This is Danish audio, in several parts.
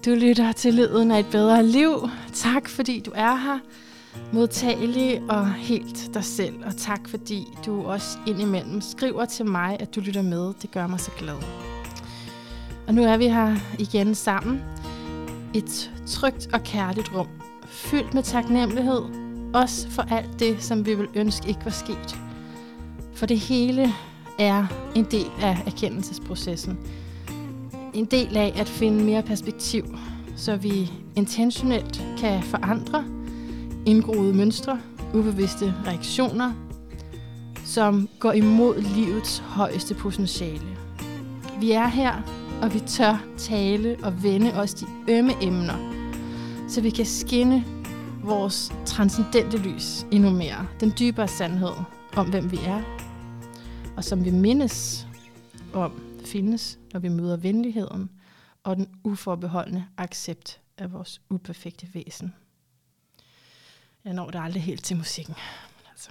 Du lytter til Lyden af et bedre liv. Tak fordi du er her, modtagelig og helt dig selv. Og tak fordi du også indimellem skriver til mig, at du lytter med. Det gør mig så glad. Og nu er vi her igen sammen. Et trygt og kærligt rum, fyldt med taknemmelighed. Også for alt det, som vi vil ønske ikke var sket. For det hele er en del af erkendelsesprocessen. En del af at finde mere perspektiv, så vi intentionelt kan forandre indgroede mønstre, ubevidste reaktioner, som går imod livets højeste potentiale. Vi er her, og vi tør tale og vende os de ømme emner, så vi kan skinne vores transcendente lys endnu mere. Den dybere sandhed om, hvem vi er, og som vi mindes om findes, når vi møder venligheden og den uforbeholdne accept af vores uperfekte væsen. Jeg når det aldrig helt til musikken. Altså.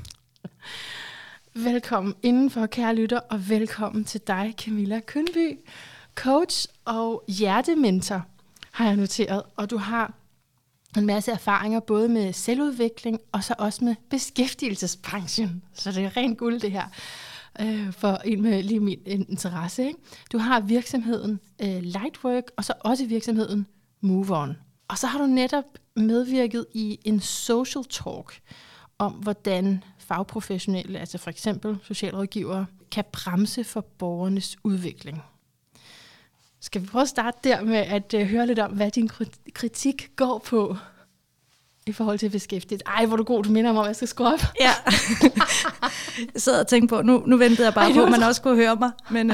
Velkommen indenfor, kære lytter, og velkommen til dig, Camilla Kyndby, coach og hjertementor, har jeg noteret. Og du har en masse erfaringer, både med selvudvikling og så også med beskæftigelsesbranchen. Så det er rent guld, det her. For en med lige min interesse. Ikke? Du har virksomheden Lightwork, og så også virksomheden Move On. Og så har du netop medvirket i en social talk om, hvordan fagprofessionelle, altså for eksempel socialrådgivere, kan bremse for borgernes udvikling. Skal vi prøve at starte der med at høre lidt om, hvad din kritik går på i forhold til beskæftigelse? Ej, hvor er du god, du minder mig om, at jeg skal skrue op. Ja. Jeg sad og tænkte på, nu ventede jeg bare på, at man også kunne høre mig. Men,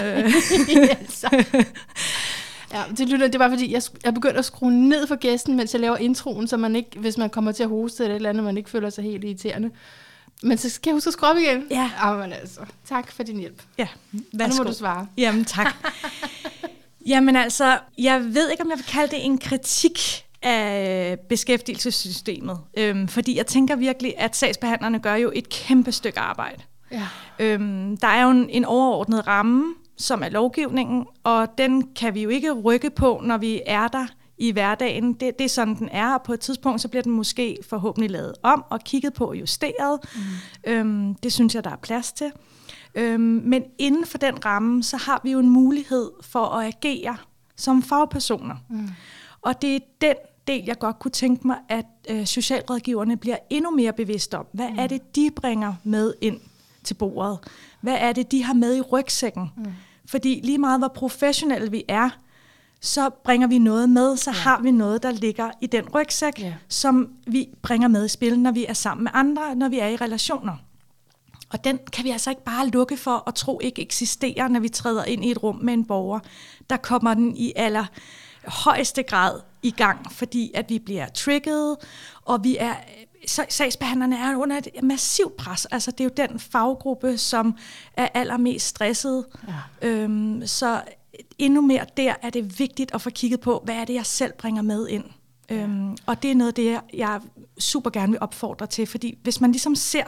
Ja, det var fordi, jeg begyndte at skrue ned for gæsten, mens jeg laver introen, så man ikke, hvis man kommer til at hoste eller et eller andet, man ikke føler sig helt irriterende. Men så skal jeg huske at skrue op igen. Ja. Jamen altså, tak for din hjælp. Ja, værsgo. Og nu må du svare. Jamen tak. Jamen altså, jeg ved ikke, om jeg vil kalde det en kritik af beskæftigelsessystemet. Fordi jeg tænker virkelig, at sagsbehandlerne gør jo et kæmpe stykke arbejde. Ja. Der er jo en overordnet ramme, som er lovgivningen, og den kan vi jo ikke rykke på, når vi er der i hverdagen. Det er sådan, den er, og på et tidspunkt, så bliver den måske forhåbentlig lavet om og kigget på og justeret. Det synes jeg, der er plads til. Men inden for den ramme, så har vi jo en mulighed for at agere som fagpersoner. Og det er den del, jeg godt kunne tænke mig, at socialrådgiverne bliver endnu mere bevidste om. Hvad er det, de bringer med ind til bordet? Hvad er det, de har med i rygsækken? Fordi lige meget hvor professionelle vi er, så bringer vi noget med, så har vi noget, der ligger i den rygsæk, som vi bringer med i spil, når vi er sammen med andre, når vi er i relationer. Og den kan vi altså ikke bare lukke for og tro ikke eksisterer, når vi træder ind i et rum med en borger. Der kommer den i allerhøjeste grad i gang, fordi at vi bliver trigget, og vi er... Sagsbehandlerne er under et massivt pres. Altså, det er jo den faggruppe, som er allermest stresset. Ja. Så endnu mere der er det vigtigt at få kigget på, hvad er det, jeg selv bringer med ind. Og det er noget af det, jeg super gerne vil opfordre til. Fordi hvis man ligesom ser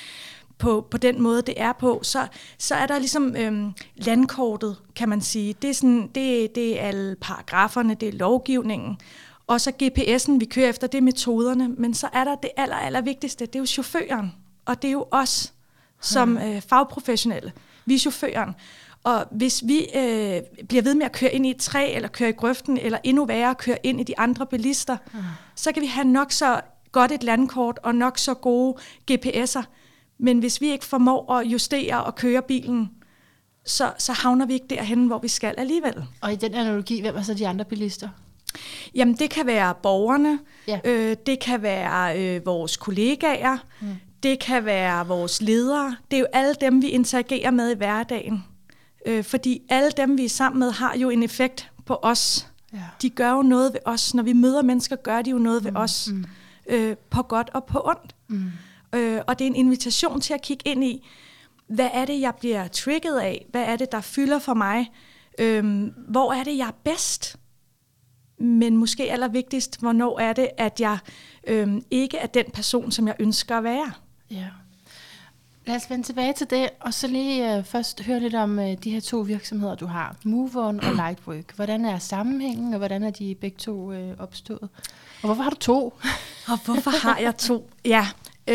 på den måde, det er på, så er der ligesom landkortet, kan man sige. Det er alle paragraferne, det er lovgivningen. Og så GPS'en, vi kører efter, det er metoderne. Men så er der det aller vigtigste, det er jo chaufføren. Og det er jo os som fagprofessionelle. Vi er chaufføren. Og hvis vi bliver ved med at køre ind i et træ, eller køre i grøften, eller endnu værre, køre ind i de andre bilister, så kan vi have nok så godt et landkort, og nok så gode GPS'er. Men hvis vi ikke formår at justere og køre bilen, så havner vi ikke derhen, hvor vi skal alligevel. Og i den analogi, hvem er så de andre bilister? Jamen, det kan være borgerne, det kan være vores kollegaer, det kan være vores ledere. Det er jo alle dem, vi interagerer med i hverdagen. Fordi alle dem, vi er sammen med, har jo en effekt på os. Ja. De gør jo noget ved os. Når vi møder mennesker, gør de jo noget ved os. På godt og på ondt. Og det er en invitation til at kigge ind i, hvad er det, jeg bliver trigget af? Hvad er det, der fylder for mig? Hvor er det, jeg er bedst? Men måske allervigtigst, hvornår er det, at jeg ikke er den person, som jeg ønsker at være? Ja. Lad os vende tilbage til det, og så lige først høre lidt om de her 2 virksomheder, du har. MoveOn og Lightwork. Hvordan er sammenhængen, og hvordan er de begge 2 opstået? Og hvorfor har du 2? Og hvorfor har jeg 2? Ja,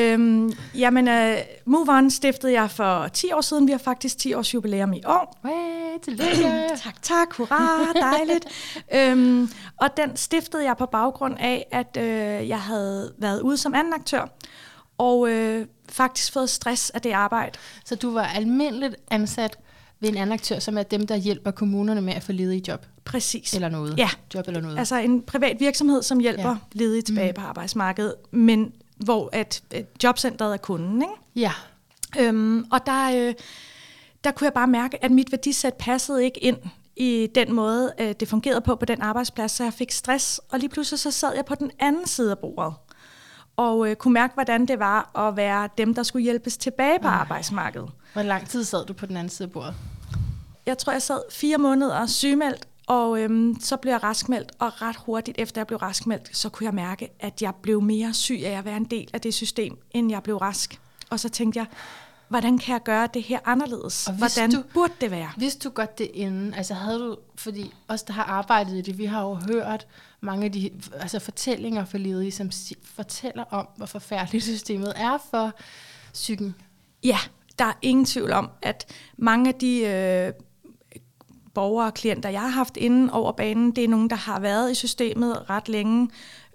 MoveOn stiftede jeg for 10 år siden. Vi har faktisk 10 års jubilæum i år. Tillykke! Tak, hurra, dejligt. Og den stiftede jeg på baggrund af, at jeg havde været ude som anden aktør, og faktisk fået stress af det arbejde. Så du var almindeligt ansat ved en anden aktør, som er dem, der hjælper kommunerne med at få ledige job? Præcis. Eller noget? Ja. Job eller noget? Altså en privat virksomhed, som hjælper ledige tilbage på arbejdsmarkedet, men hvor at jobcentret er kunden, ikke? Ja. Og der kunne jeg bare mærke, at mit værdisæt passede ikke ind i den måde, det fungerede på den arbejdsplads, så jeg fik stress, og lige pludselig så sad jeg på den anden side af bordet, og kunne mærke, hvordan det var at være dem, der skulle hjælpes tilbage på arbejdsmarkedet. Hvor lang tid sad du på den anden side af bordet? Jeg tror, jeg sad 4 måneder sygemeldt, og så blev jeg raskmeldt, og ret hurtigt efter jeg blev raskmeldt, så kunne jeg mærke, at jeg blev mere syg af at være en del af det system, end jeg blev rask. Og så tænkte jeg, hvordan kan jeg gøre det her anderledes? Hvordan burde det være? Vidste du godt det inden? Altså havde du, fordi os, der har arbejdet i det, vi har jo hørt mange af de fortællinger for ledige, som fortæller om, hvor forfærdeligt systemet er for psyken. Ja, der er ingen tvivl om, at mange af de borgere og klienter, jeg har haft inden over banen, det er nogen, der har været i systemet ret længe.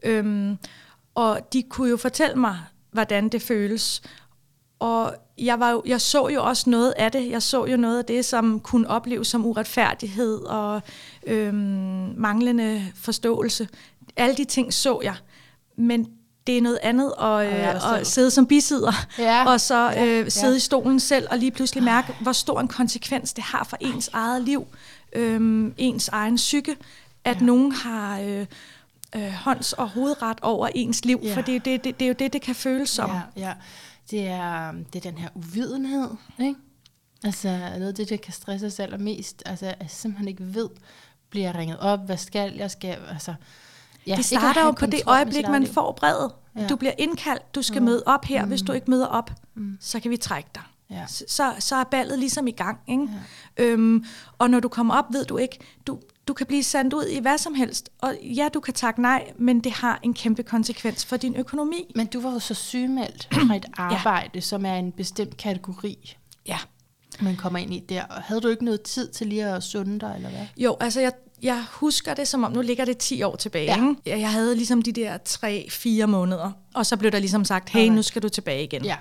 Og de kunne jo fortælle mig, hvordan det føles. Og jeg så jo også noget af det. Jeg så jo noget af det, som kunne opleves som uretfærdighed og manglende forståelse. Alle de ting så jeg. Men det er noget andet at sidde som bisidder, og så sidde i stolen selv, og lige pludselig mærke, hvor stor en konsekvens det har for ens eget liv, ens egen psyke, at nogen har hånds- og hovedret over ens liv, for det er jo det kan føles som. Ja. Det er den her uvidenhed, ikke? Altså noget af det kan stresse os allermest, altså jeg simpelthen ikke ved, bliver jeg ringet op, hvad skal jeg, altså... Ja, det starter jo på det øjeblik, man får brevet. Ja. Du bliver indkaldt, du skal møde op her. Hvis du ikke møder op, så kan vi trække dig. Ja. Så er ballet ligesom i gang. Ikke? Ja. Og når du kommer op, ved du ikke, du kan blive sendt ud i hvad som helst. Og ja, du kan takke nej, men det har en kæmpe konsekvens for din økonomi. Men du var jo så sygemeldt fra et arbejde, som er en bestemt kategori. Ja. Man kommer ind i der. Og havde du ikke noget tid til lige at sunde dig, eller hvad? Jo, altså jeg husker det som om, nu ligger det 10 år tilbage. Ikke? Jeg havde ligesom de der 3-4 måneder, og så blev der ligesom sagt, hey, nu skal du tilbage igen. Ja.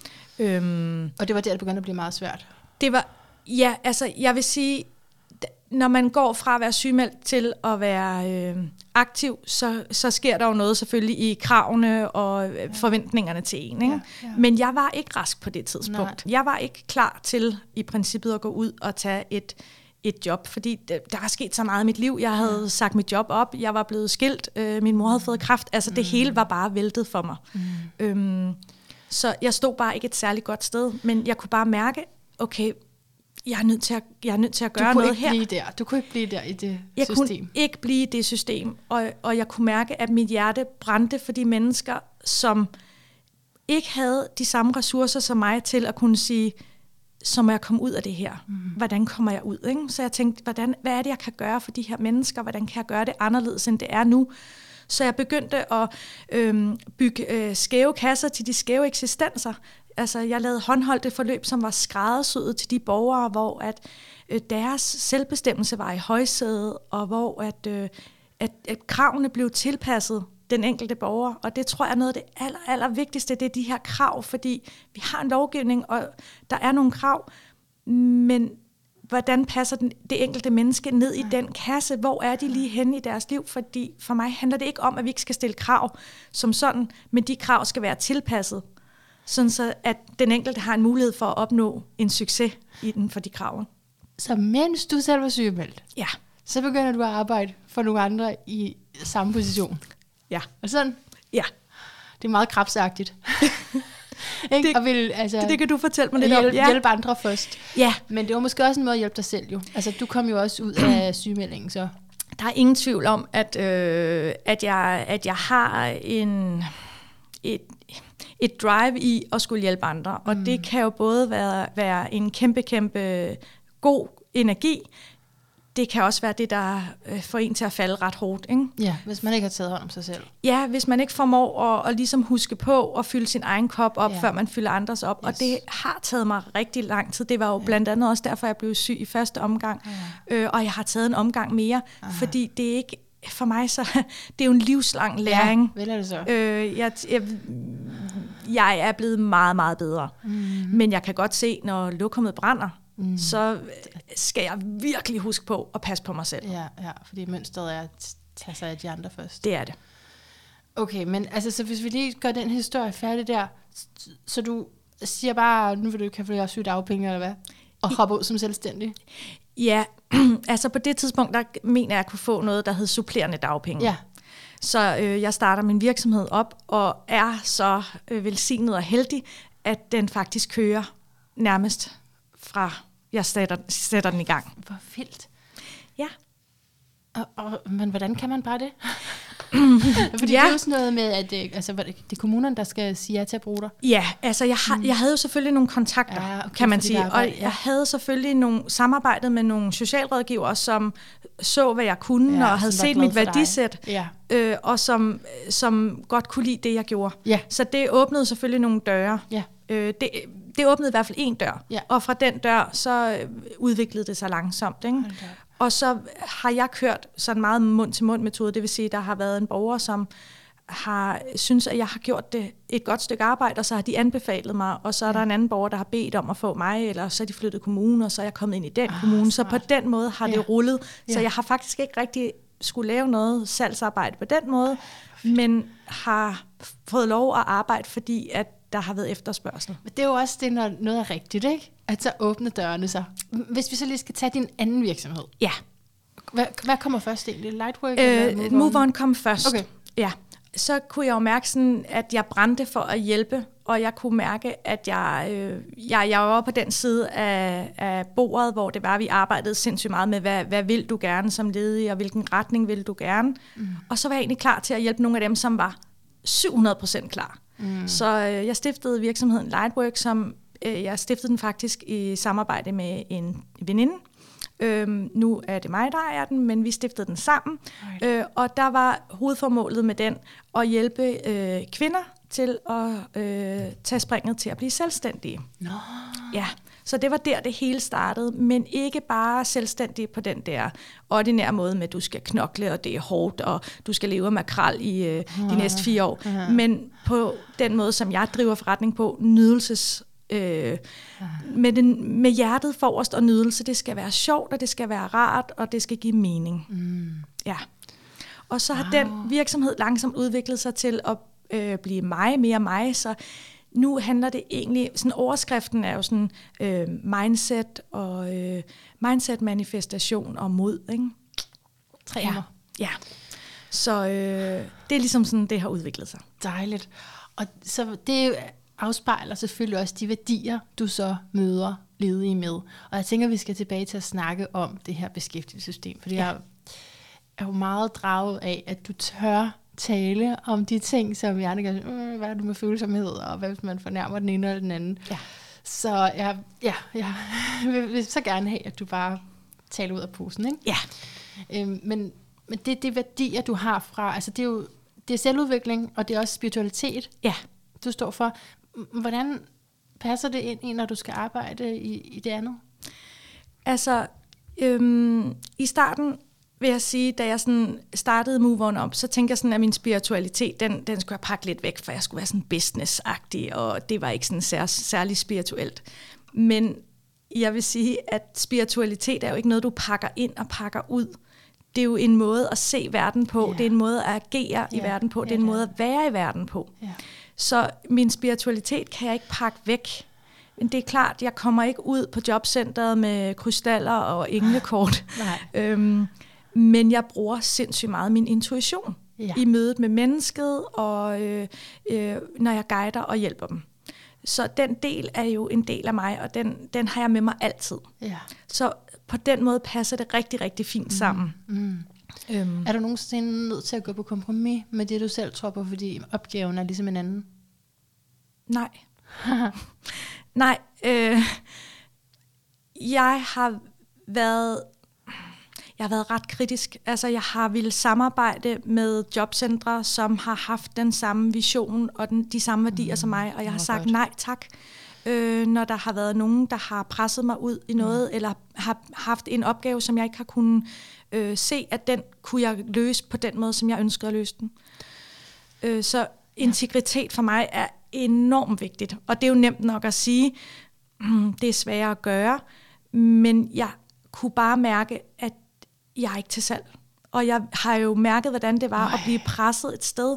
Og det var der, det begyndte at blive meget svært. Det var, altså jeg vil sige, når man går fra at være sygemeldt til at være aktiv, så sker der jo noget selvfølgelig i kravene og forventningerne til en. Ikke? Ja. Men jeg var ikke rask på det tidspunkt. Nej. Jeg var ikke klar til i princippet at gå ud og tage et job, fordi der var sket så meget i mit liv. Jeg havde sagt mit job op, jeg var blevet skilt, min mor havde fået kræft, altså det hele var bare væltet for mig. Så jeg stod bare ikke et særligt godt sted, men jeg kunne bare mærke, okay, jeg er nødt til at gøre noget her. Du kunne ikke blive der i det system. Jeg kunne ikke blive i det system, og jeg kunne mærke, at mit hjerte brændte for de mennesker, som ikke havde de samme ressourcer som mig til at kunne sige, så må jeg komme ud af det her. Hvordan kommer jeg ud? Ikke? Så jeg tænkte, hvad er det, jeg kan gøre for de her mennesker? Hvordan kan jeg gøre det anderledes, end det er nu? Så jeg begyndte at bygge skæve kasser til de skæve eksistenser. Altså, jeg lavede håndholdte forløb, som var skræddersyet til de borgere, hvor at deres selvbestemmelse var i højsædet, og hvor at kravene blev tilpasset den enkelte borger. Og det tror jeg er noget af det aller vigtigste, det er de her krav, fordi vi har en lovgivning, og der er nogle krav, men hvordan passer det enkelte menneske ned i den kasse? Hvor er de lige henne i deres liv? Fordi for mig handler det ikke om, at vi ikke skal stille krav som sådan, men de krav skal være tilpasset, sådan så at den enkelte har en mulighed for at opnå en succes inden for de krav. Så mens du selv var sygemeldt, så begynder du at arbejde for nogle andre i samme position? Ja. Og sådan? Ja. Det er meget krebsagtigt. Det kan du fortælle mig lidt om. Hjælpe andre først. Ja. Men det var måske også en måde at hjælpe dig selv jo. Altså du kom jo også ud af sygemeldingen så. Der er ingen tvivl om, at jeg har et drive i at skulle hjælpe andre. Og det kan jo både være en kæmpe god energi. Det kan også være det, der får en til at falde ret hårdt. Ikke? Ja, hvis man ikke har taget hånd om sig selv. Ja, hvis man ikke formår at ligesom huske på at fylde sin egen kop op, før man fylder andres op. Yes. Og det har taget mig rigtig lang tid. Det var jo blandt andet også derfor, jeg blev syg i første omgang. Og jeg har taget en omgang mere, fordi det er ikke... For mig så, det er jo en livslang læring. Ja, vel er det så. Jeg er blevet meget, meget bedre. Men jeg kan godt se, når lokummet brænder, så skal jeg virkelig huske på at passe på mig selv. Ja, fordi mønstret er at tage sig af de andre først. Det er det. Okay, men altså, så hvis vi lige gør den historie færdig der, så du siger bare, nu vil du kan få sygedagpenge eller hvad, og hoppe ud som selvstændig? Ja, altså på det tidspunkt, der mener jeg, at kunne få noget, der hed supplerende dagpenge. Ja. Så jeg starter min virksomhed op, og er så velsignet og heldig, at den faktisk kører nærmest fra, jeg sætter den i gang. Hvor vildt. Ja. Men hvordan kan man bare det? Fordi det er jo sådan noget med, at det er kommunerne, der skal sige ja til at bruge dig. Ja, altså jeg havde jo selvfølgelig nogle kontakter, kan man sige. Og jeg havde selvfølgelig nogle samarbejdet med nogle socialrådgivere, som så, hvad jeg kunne, og havde set mit værdisæt, og som godt kunne lide det, jeg gjorde. Ja. Så det åbnede selvfølgelig nogle døre. Ja. Det åbnede i hvert fald en dør, og fra den dør, så udviklede det sig langsomt, ikke? Og så har jeg kørt sådan meget mund-til-mund metode, det vil sige, der har været en borger, som har synes, at jeg har gjort det et godt stykke arbejde, og så har de anbefalet mig, og så er der en anden borger, der har bedt om at få mig, eller så er de flyttet kommune, og så er jeg kommet ind i den kommune, så på den måde har det rullet. Så jeg har faktisk ikke rigtig skulle lave noget salgsarbejde på den måde, men har fået lov at arbejde, fordi at der har været efterspørgsel. Men det er jo også det, når noget er rigtigt, ikke? At så åbne dørene sig. Hvis vi så lige skal tage din anden virksomhed. Ja. Hvad kommer først egentlig? Lightwork eller Move On kom først. Okay. Ja. Så kunne jeg jo mærke sådan, at jeg brændte for at hjælpe, og jeg kunne mærke, at jeg var på den side af bordet, hvor det var, vi arbejdede sindssygt meget med, hvad vil du gerne som ledig, og hvilken retning vil du gerne. Og så var jeg egentlig klar til at hjælpe nogle af dem, som var 700% klar. Så jeg stiftede virksomheden Lightwork, som jeg stiftede den faktisk i samarbejde med en veninde. Nu er det mig, der er den, men vi stiftede den sammen. Og der var hovedformålet med den at hjælpe kvinder til at tage springet til at blive selvstændige. Ja, så det var der, det hele startede, men ikke bare selvstændige på den der ordinære måde med, at du skal knokle, og det er hårdt, og du skal leve af makrel i de næste 4 år. Men på den måde, som jeg driver forretning på, nydelses med hjertet forrest og nydelse. Det skal være sjovt, og det skal være rart, og det skal give mening. Ja. Og så har den virksomhed langsomt udviklet sig til at blive mere mig, så nu handler det egentlig, sådan overskriften er jo sådan mindset og mindset, manifestation og mod, ikke? 3 ord. Ja. Så det er ligesom sådan, det har udviklet sig. Dejligt. Og så det afspejler selvfølgelig også de værdier, du så møder ledige med. Og jeg tænker, vi skal tilbage til at snakke om det her beskæftigelsessystem, fordi jeg er jo meget draget af, at du tør tale om de ting, som jeg kan sige, hvad er det med følsomhed, og hvad hvis man fornærmer den ene eller den anden. Ja. Så jeg vil så gerne have, at du bare taler ud af posen, ikke? Ja. Men det værdier, du har fra, altså det er jo det er selvudvikling, og det er også spiritualitet, du står for. Hvordan passer det ind i, når du skal arbejde i det andet? Altså, i starten vil jeg sige, da jeg sådan startede Move On op, så tænkte jeg sådan, at min spiritualitet, den skulle jeg pakke lidt væk, for jeg skulle være sådan business-agtig, og det var ikke sådan særlig spirituelt. Men jeg vil sige, at spiritualitet er jo ikke noget, du pakker ind og pakker ud. Det er jo en måde at se verden på, det er en måde at agere i verden på, det er en måde at være i verden på. Så min spiritualitet kan jeg ikke pakke væk. Men det er klart, jeg kommer ikke ud på jobcentret med krystaller og englekort. Men jeg bruger sindssygt meget min intuition i mødet med mennesket, og når jeg guider og hjælper dem. Så den del er jo en del af mig, og den har jeg med mig altid. Så på den måde passer det rigtig, rigtig fint sammen. Er du nogensinde nødt til at gå på kompromis med det, du selv tror på, fordi opgaven er ligesom en anden? Nej. Nej. Jeg har været ret kritisk. Altså, jeg har ville samarbejde med jobcentre, som har haft den samme vision og de samme værdier som mig, og jeg har sagt nej tak, når der har været nogen, der har presset mig ud i noget, eller har haft en opgave, som jeg ikke har kunnet se, at den kunne jeg løse på den måde, som jeg ønskede at løse den. Så integritet for mig er enormt vigtigt, og det er jo nemt nok at sige, det er sværere at gøre, men jeg kunne bare mærke, at jeg er ikke til salg. Og jeg har jo mærket, hvordan det var at blive presset et sted,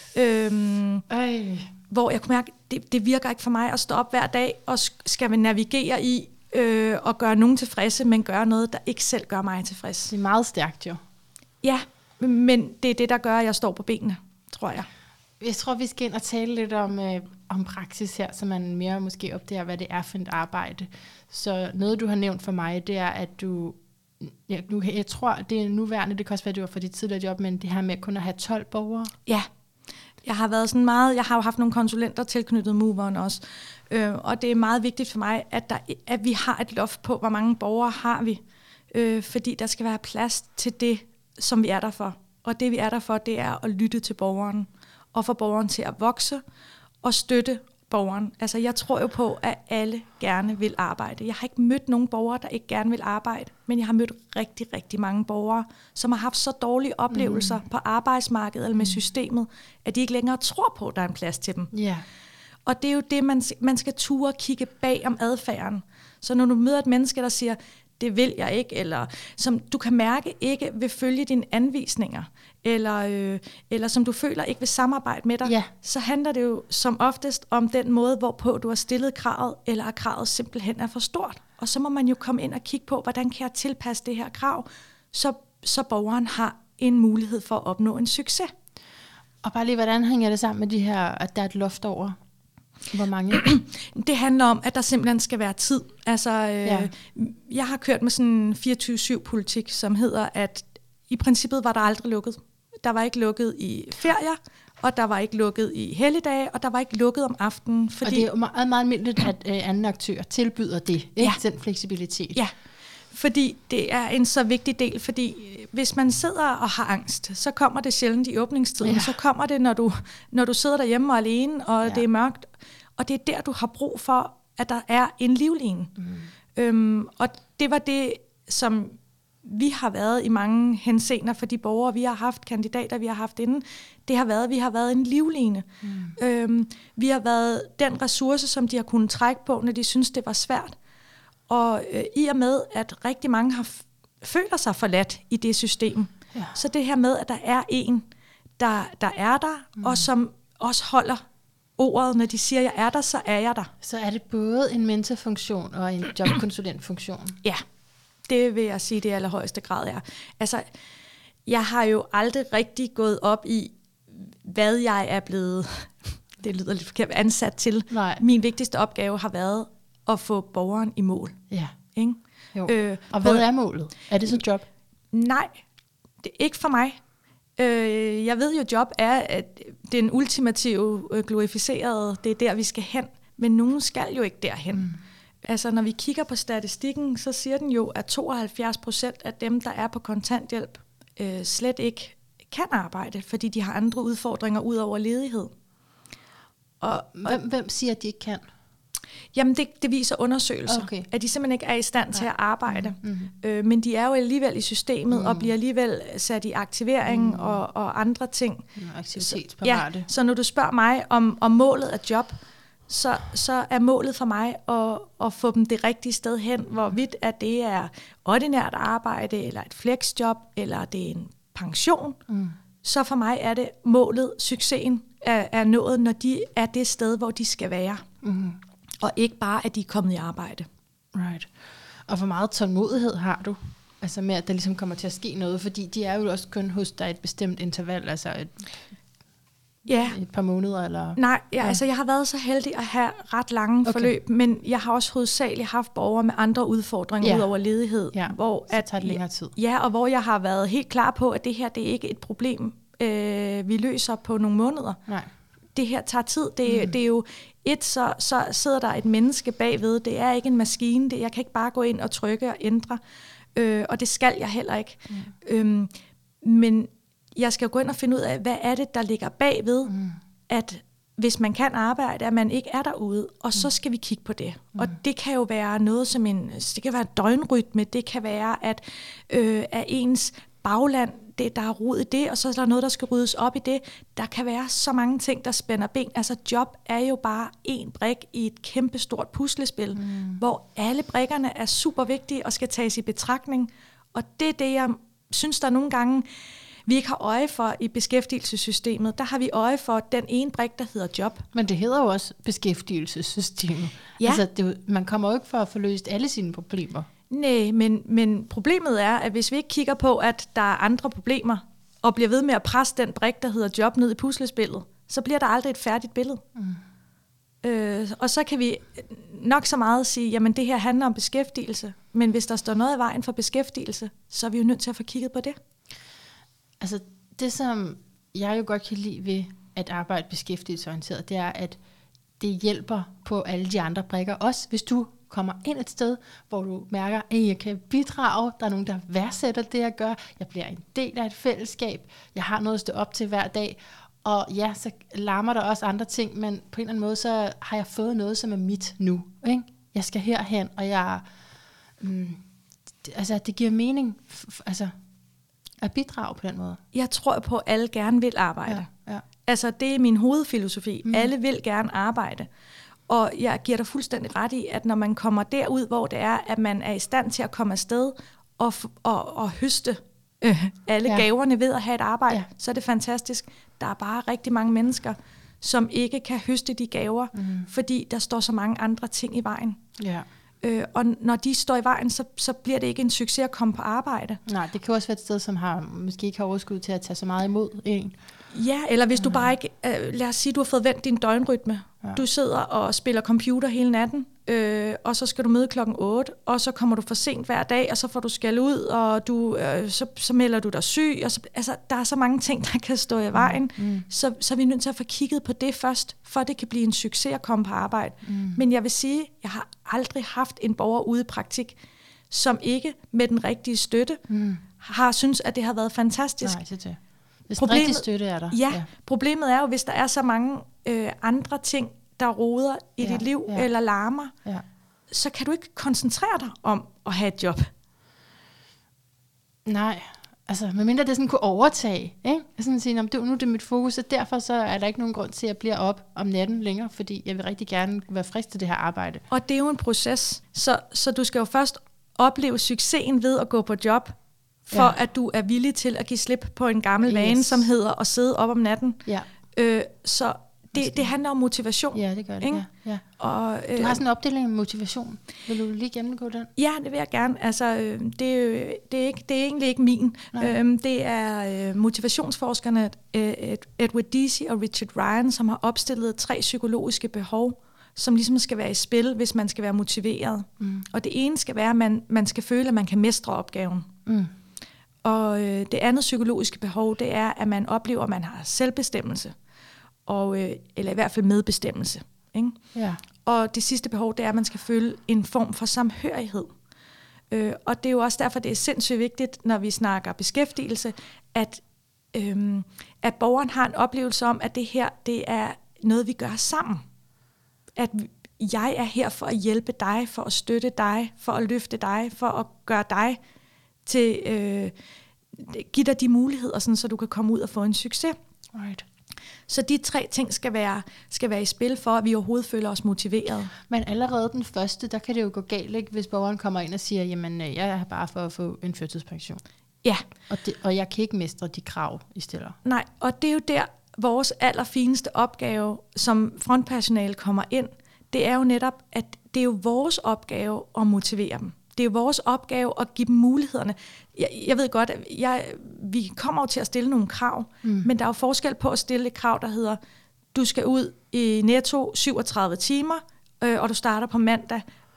hvor jeg kunne mærke, det virker ikke for mig at stå op hver dag, og skal vi navigere i og gøre nogen tilfredse, men gøre noget, der ikke selv gør mig tilfreds. Det er meget stærkt jo. Ja, men det er det, der gør, at jeg står på benene, tror jeg. Jeg tror, vi skal ind og tale lidt om praksis her, så man mere måske opdager, hvad det er for et arbejde. Så noget, du har nævnt for mig, det er, at du... Jeg tror, det er nuværende, det kan også være, det var for dit tidligere job, men det her med kun at have 12 borgere. Ja, jeg har været sådan meget... Jeg har jo haft nogle konsulenter tilknyttet Moveren også, og det er meget vigtigt for mig, at vi har et loft på, hvor mange borgere har vi, fordi der skal være plads til det, som vi er der for. Og det, vi er der for, det er at lytte til borgeren, og få borgeren til at vokse og støtte borgeren. Altså, jeg tror jo på, at alle gerne vil arbejde. Jeg har ikke mødt nogen borgere, der ikke gerne vil arbejde, men jeg har mødt rigtig, rigtig mange borgere, som har haft så dårlige oplevelser på arbejdsmarkedet eller med systemet, at de ikke længere tror på, at der er en plads til dem. Yeah. Og det er jo det, man skal ture kigge bag om adfærden. Så når du møder et menneske, der siger, det vil jeg ikke, eller som du kan mærke ikke vil følge dine anvisninger, eller som du føler ikke vil samarbejde med dig, så handler det jo som oftest om den måde, hvorpå du har stillet kravet, eller at kravet simpelthen er for stort. Og så må man jo komme ind og kigge på, hvordan kan jeg tilpasse det her krav, så borgeren har en mulighed for at opnå en succes. Og bare lige, hvordan hænger det sammen med de her, at der er et loft over? Hvor mange? Det handler om, at der simpelthen skal være tid. Altså, jeg har kørt med sådan en 24/7-politik, som hedder, at i princippet var der aldrig lukket. Der var ikke lukket i ferier, og der var ikke lukket i helligdage, og der var ikke lukket om aftenen. Fordi... Og det er jo meget, meget almindeligt, at anden aktør tilbyder det, ikke? Den fleksibilitet. Ja, fordi det er en så vigtig del, fordi hvis man sidder og har angst, så kommer det sjældent i åbningstiden, så kommer det, når du sidder derhjemme og alene, og det er mørkt, og det er der, du har brug for, at der er en livline. Og det var det, som vi har været i mange henseender for de borgere, vi har haft, kandidater, vi har haft inden. Det har været, at vi har været en livline. Vi har været den ressource, som de har kunnet trække på, når de synes, det var svært. Og i og med, at rigtig mange føler sig forladt i det system, så det her med, at der er en, der er der, og som også holder ordet, når de siger, jeg er der, så er jeg der. Så er det både en mentorfunktion og en jobkonsulentfunktion? Ja, det vil jeg sige, det i allerhøjeste grad er. Altså, jeg har jo aldrig rigtig gået op i, hvad jeg er blevet, det lyder lidt forkert, ansat til. Nej. Min vigtigste opgave har været at få borgeren i mål. Ja. Ikke? Og hvad er målet? Er det så job? Nej, det er ikke for mig. Jeg ved jo, job er at den ultimative glorificerede, det er der, vi skal hen. Men nogen skal jo ikke derhen. Altså, når vi kigger på statistikken, så siger den jo, at 72% af dem, der er på kontanthjælp, slet ikke kan arbejde, fordi de har andre udfordringer ud over ledighed. Og hvem siger, at de ikke kan? Jamen, det viser undersøgelser, at de simpelthen ikke er i stand til at arbejde. Men de er jo alligevel i systemet, og bliver alligevel sat i aktivering og andre ting. Aktivitetsparate. Så når du spørger mig om målet af job, så er målet for mig at få dem det rigtige sted hen, hvorvidt at det er ordinært arbejde, eller et flexjob, eller det er en pension. Så for mig er det målet, succesen er nået, når de er det sted, hvor de skal være. Og ikke bare, at de er kommet i arbejde. Right. Og hvor meget tålmodighed har du? Altså med, at der ligesom kommer til at ske noget, fordi de er jo også kun hos dig et bestemt interval, altså et par måneder, eller? Nej, altså jeg har været så heldig at have ret lange forløb, men jeg har også hovedsageligt haft borgere med andre udfordringer ud over ledighed. Ja, hvor så tager det længere tid. Ja, og hvor jeg har været helt klar på, at det her, det er ikke et problem, vi løser på nogle måneder. Nej. det her tager tid. Det er jo så sidder der et menneske bagved. Det er ikke en maskine. Jeg kan ikke bare gå ind og trykke og ændre. Og det skal jeg heller ikke. Men jeg skal gå ind og finde ud af, hvad er det, der ligger bagved, at hvis man kan arbejde, at man ikke er derude, og så skal vi kigge på det. Og det kan jo være noget som det kan være døgnrytme, det kan være, at ens bagland, der er rod i det, og så er der noget, der skal ryddes op i det. Der kan være så mange ting, der spænder ben. Altså job er jo bare en brik i et kæmpestort puslespil, hvor alle brikkerne er super vigtige og skal tages i betragtning. Og det er det, jeg synes, der nogle gange vi ikke har øje for i beskæftigelsessystemet. Der har vi øje for den ene brik, der hedder job. Men det hedder jo også beskæftigelsessystemet. Ja. Altså, man kommer jo ikke for at få løst alle sine problemer. Nej, men problemet er, at hvis vi ikke kigger på, at der er andre problemer, og bliver ved med at presse den brik, der hedder job, ned i puslespillet, så bliver der aldrig et færdigt billede. Og så kan vi nok så meget sige, jamen det her handler om beskæftigelse, men hvis der står noget i vejen for beskæftigelse, så er vi jo nødt til at få kigget på det. Altså det, som jeg jo godt kan lide ved at arbejde beskæftigelsesorienteret, det er, at det hjælper på alle de andre brikker. Også hvis du kommer ind et sted, hvor du mærker, at jeg kan bidrage, der er nogen, der værdsætter det, jeg gør, jeg bliver en del af et fællesskab, jeg har noget at stå op til hver dag, og ja, så larmer der også andre ting, men på en eller anden måde, så har jeg fået noget, som er mit nu. Ikke? Jeg skal herhen, og det giver mening at bidrage på den måde. Jeg tror på, at alle gerne vil arbejde. Ja. Altså, det er min hovedfilosofi. Alle vil gerne arbejde. Og jeg giver dig fuldstændig ret i, at når man kommer derud, hvor det er, at man er i stand til at komme afsted og høste alle gaverne ved at have et arbejde, så er det fantastisk. Der er bare rigtig mange mennesker, som ikke kan høste de gaver, fordi der står så mange andre ting i vejen. Ja. Og når de står i vejen, så bliver det ikke en succes at komme på arbejde. Nej, det kan også være et sted, som måske ikke har overskud til at tage så meget imod en. Ja, eller hvis du bare ikke, lad os sige, du har fået vendt din døgnrytme. Ja. Du sidder og spiller computer hele natten, og så skal du møde 8:00, og så kommer du for sent hver dag, og så får du skæld ud, og så melder du dig syg. Og så, der er så mange ting, der kan stå i vejen, så er vi nødt til at få kigget på det først, for det kan blive en succes at komme på arbejde. Men jeg vil sige, jeg har aldrig haft en borger ude i praktik, som ikke med den rigtige støtte har synes, at det har været fantastisk. Nej, det. Hvis den rigtige støtte er der. Ja, problemet er jo, hvis der er så mange andre ting, der roder i dit liv eller larmer, så kan du ikke koncentrere dig om at have et job. Nej, altså medmindre det sådan kunne overtage, ikke? Sådan at sige, nu er det mit fokus, og derfor så er der ikke nogen grund til, at jeg bliver op om natten længere, fordi jeg vil rigtig gerne være frisk til det her arbejde. Og det er jo en proces, så du skal jo først opleve succesen ved at gå på job, for at du er villig til at give slip på en gammel vane, som hedder at sidde op om natten. Ja. Så det handler om motivation. Ja, det gør det. Ja. Og, du har sådan en opdeling med motivation. Vil du lige gennemgå den? Ja, det vil jeg gerne. Altså, det er egentlig ikke min. Det er motivationsforskerne Edward Deci og Richard Ryan, som har opstillet 3 psykologiske behov, som ligesom skal være i spil, hvis man skal være motiveret. Og det ene skal være, at man skal føle, at man kan mestre opgaven. Og det andet psykologiske behov, det er, at man oplever, at man har selvbestemmelse, eller i hvert fald medbestemmelse. Ikke? Ja. Og det sidste behov, det er, at man skal føle en form for samhørighed. Og det er jo også derfor, det er sindssygt vigtigt, når vi snakker beskæftigelse, at borgeren har en oplevelse om, at det her, det er noget, vi gør sammen. At jeg er her for at hjælpe dig, for at støtte dig, for at løfte dig, for at gøre dig til give dig de muligheder, sådan, så du kan komme ud og få en succes. Right. Så de 3 ting skal være i spil for, at vi overhovedet føler os motiveret. Men allerede den første, der kan det jo gå galt, ikke? Hvis borgeren kommer ind og siger, jamen jeg er bare for at få en førtidspension. Ja. Og jeg kan ikke mestre de krav, I stiller. Nej, og det er jo der, vores allerfineste opgave som frontpersonale kommer ind. Det er jo netop, at det er jo vores opgave at motivere dem. Det er jo vores opgave at give dem mulighederne. Jeg ved godt, at vi kommer jo til at stille nogle krav, men der er jo forskel på at stille et krav, der hedder, du skal ud i netto 37 timer, og du starter på mandag,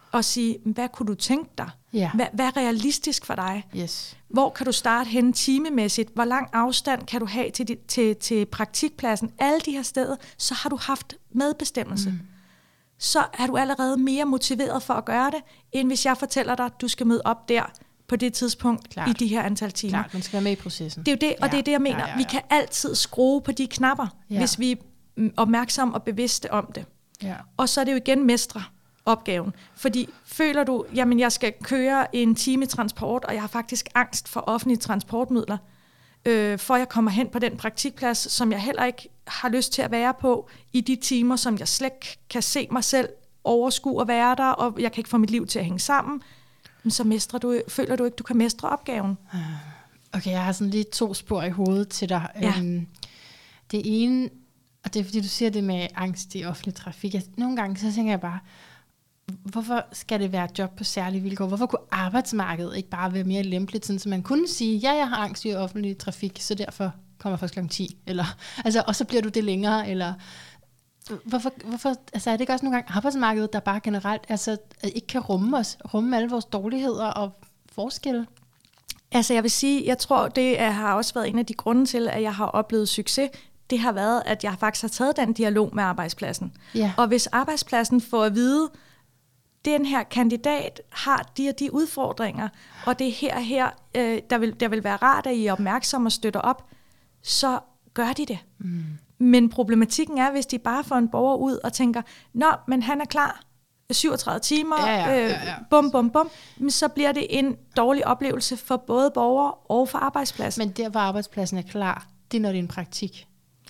og sige, hvad kunne du tænke dig? Ja. Hvad er realistisk for dig? Yes. Hvor kan du starte henne timemæssigt? Hvor lang afstand kan du have til praktikpladsen? Alle de her steder, så har du haft medbestemmelse. Så er du allerede mere motiveret for at gøre det, end hvis jeg fortæller dig, at du skal møde op der på det tidspunkt i de her antal timer. Klart, man skal være med i processen. Det er jo det, og det er det, jeg mener. Ja. Vi kan altid skrue på de knapper, hvis vi er opmærksomme og bevidste om det. Ja. Og så er det jo igen mestre opgaven. Fordi føler du, jamen jeg skal køre en time transport, og jeg har faktisk angst for offentlige transportmidler, for jeg kommer hen på den praktikplads, som jeg heller ikke har lyst til at være på, i de timer, som jeg slet kan se mig selv overskue at være der, og jeg kan ikke få mit liv til at hænge sammen, så føler du ikke, du kan mestre opgaven. Okay, jeg har sådan lige 2 spor i hovedet til dig. Ja. Det ene, og det er fordi, du siger det med angst i offentlig trafik. Nogle gange så tænker jeg bare, hvorfor skal det være et job på særlige vilkår? Hvorfor kunne arbejdsmarkedet ikke bare være mere lempeligt, sådan, så man kunne sige, ja, jeg har angst i offentlig trafik, så derfor kommer jeg først kl. 10, eller, altså, og så bliver du det længere, eller hvorfor altså, er det ikke også nogle gange arbejdsmarkedet, der bare generelt altså, ikke kan rumme alle vores dårligheder og forskelle? Altså jeg vil sige, jeg tror, det har også været en af de grunde til, at jeg har oplevet succes. Det har været, at jeg faktisk har taget den dialog med arbejdspladsen. Ja. Og hvis arbejdspladsen får at vide, den her kandidat har de og de udfordringer, og det er her, der vil være rart, at I er opmærksomme og støtter op, så gør de det. Men problematikken er, hvis de bare får en borger ud og tænker, nå, men han er klar, 37 timer, bum, bum, bum, men så bliver det en dårlig oplevelse for både borger og for arbejdspladsen. Men der, hvor arbejdspladsen er klar, det er, når det er en praktik.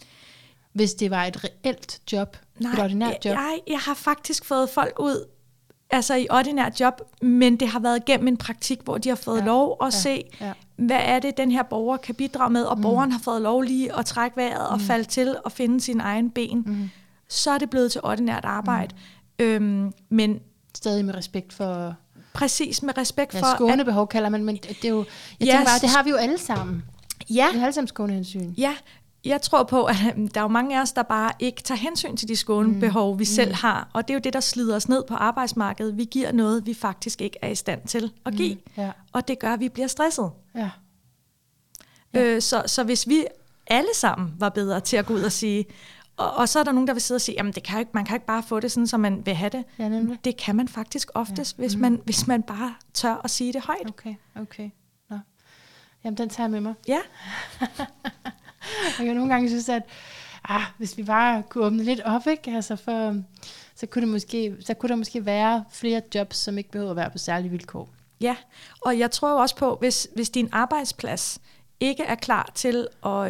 Hvis det var et reelt job, et ordinært job. Jeg har faktisk fået folk ud, altså i ordinært job, men det har været gennem en praktik, hvor de har fået lov at se, hvad er det, den her borger kan bidrage med, og borgeren har fået lov lige at trække vejret og falde til og finde sin egen ben. Så er det blevet til ordinært arbejde. Men stadig med respekt for... Præcis, med respekt for... skånebehov kalder man, men det er jo... Jeg tænker bare, det har vi jo alle sammen. Ja. Vi har alle sammen skånehensyn. Ja, jeg tror på, at der er jo mange af os, der bare ikke tager hensyn til de skånebehov, vi selv har. Og det er jo det, der slider os ned på arbejdsmarkedet. Vi giver noget, vi faktisk ikke er i stand til at give. Og det gør, at vi bliver stresset. Så hvis vi alle sammen var bedre til at gå ud og sige... Og så er der nogen, der vil sidde og sige, jamen man kan ikke bare få det sådan, som man vil have det. Ja, det kan man faktisk oftest, hvis man bare tør at sige det højt. Okay. Nå. Jamen, den tager jeg med mig. Ja. Jeg kan nogle gange synes, at hvis vi bare kunne åbne lidt op, ikke? Altså så kunne der måske være flere jobs, som ikke behøver at være på særlige vilkår. Ja, og jeg tror også på, hvis din arbejdsplads ikke er klar til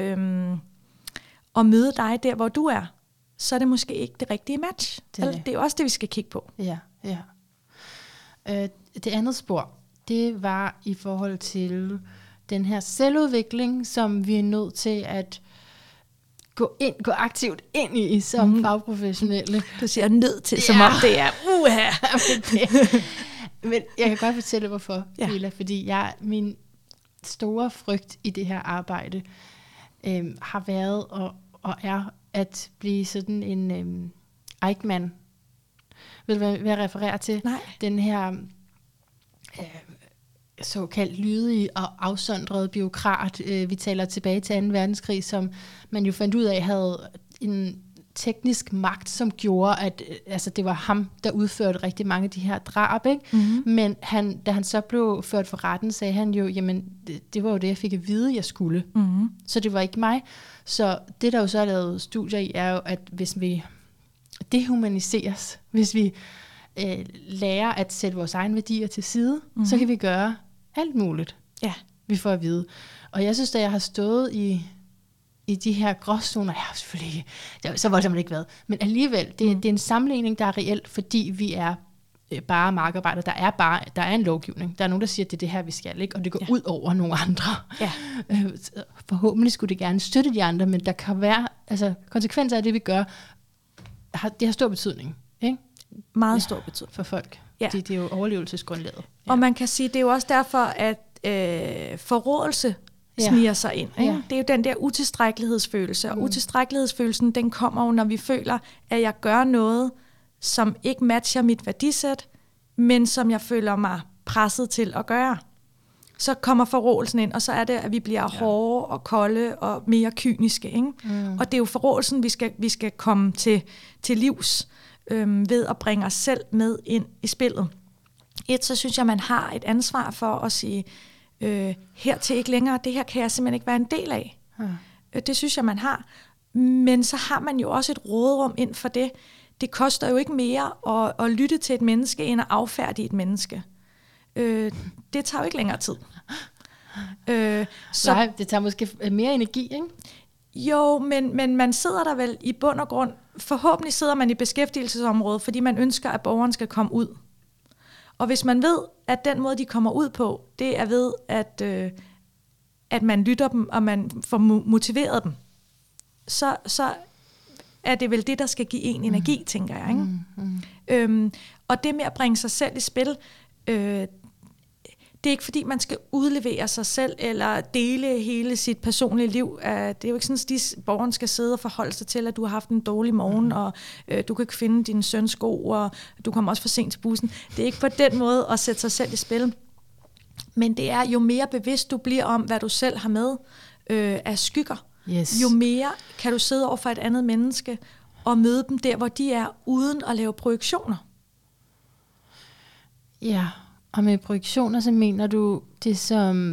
at møde dig der, hvor du er, så er det måske ikke det rigtige match. Det er jo også det, vi skal kigge på. Ja. Det andet spor, det var i forhold til den her selvudvikling, som vi er nødt til at gå aktivt ind i som fagprofessionelle. Du siger nødt til, som om det er Men jeg kan godt fortælle, hvorfor, Lila, fordi min store frygt i det her arbejde har været og er at blive sådan en Eichmann. Ved du, hvad jeg refererer til? Nej. Den her såkaldt lydige og afsondrede bureaukrat. Vi taler tilbage til 2. verdenskrig, som man jo fandt ud af havde en teknisk magt, som gjorde, at det var ham, der udførte rigtig mange af de her drab. Ikke? Men da han så blev ført for retten, sagde han jo, jamen, det var jo det, jeg fik at vide, jeg skulle. Så det var ikke mig. Så det, der jo så er lavet studier i, er jo, at hvis vi dehumaniseres, hvis vi lærer at sætte vores egne værdier til side, så kan vi gøre alt muligt, vi får at vide. Og jeg synes, at jeg har stået i de her gråzoner, selvfølgelig ikke, så voldsomt ikke været, men alligevel, det er en sammenligning, der er reelt, fordi vi er bare markarbejder. Der er en lovgivning. Der er nogen, der siger, at det er det her, vi skal, ikke? Og det går ud over nogle andre. Ja. Forhåbentlig skulle det gerne støtte de andre, men der kan være, konsekvenser af det, vi gør, det har stor betydning, ikke? Meget stor betydning for folk. Ja. Det er jo overlevelsesgrundlaget. Ja. Og man kan sige, det er jo også derfor, at forrådelse sniger sig ind. Ikke? Ja. Det er jo den der utilstrækkelighedsfølelse, og utilstrækkelighedsfølelsen, den kommer jo, når vi føler, at jeg gør noget, som ikke matcher mit værdisæt, men som jeg føler mig presset til at gøre. Så kommer forrådelsen ind, og så er det, at vi bliver hårde og kolde og mere kyniske. Ikke? Og det er jo forrådelsen, vi skal komme til livs ved at bringe os selv med ind i spillet. Så synes jeg, man har et ansvar for at sige, hertil ikke længere, det her kan jeg simpelthen ikke være en del af. Det synes jeg, man har. Men så har man jo også et råderum ind for det. Det koster jo ikke mere at lytte til et menneske, end at affærdige et menneske. Det tager jo ikke længere tid. Nej, det tager måske mere energi, ikke? Jo, men man sidder der vel i bund og grund. Forhåbentlig sidder man i beskæftigelsesområdet, fordi man ønsker, at borgeren skal komme ud. Og hvis man ved, at den måde, de kommer ud på, det er ved, at man lytter dem, og man får motiveret dem, så er det vel det, der skal give en energi, tænker jeg. Ikke? Og det med at bringe sig selv i spil, det er ikke fordi, man skal udlevere sig selv, eller dele hele sit personlige liv. Det er jo ikke sådan, at borgeren skal sidde og forholde sig til, at du har haft en dårlig morgen, og du kan ikke finde din søns sko, og du kommer også for sent til bussen. Det er ikke på den måde at sætte sig selv i spil. Men det er, jo mere bevidst du bliver om, hvad du selv har med af skygger, jo mere kan du sidde over for et andet menneske, og møde dem der, hvor de er, uden at lave projektioner. Ja, og med projektioner, så mener du det som,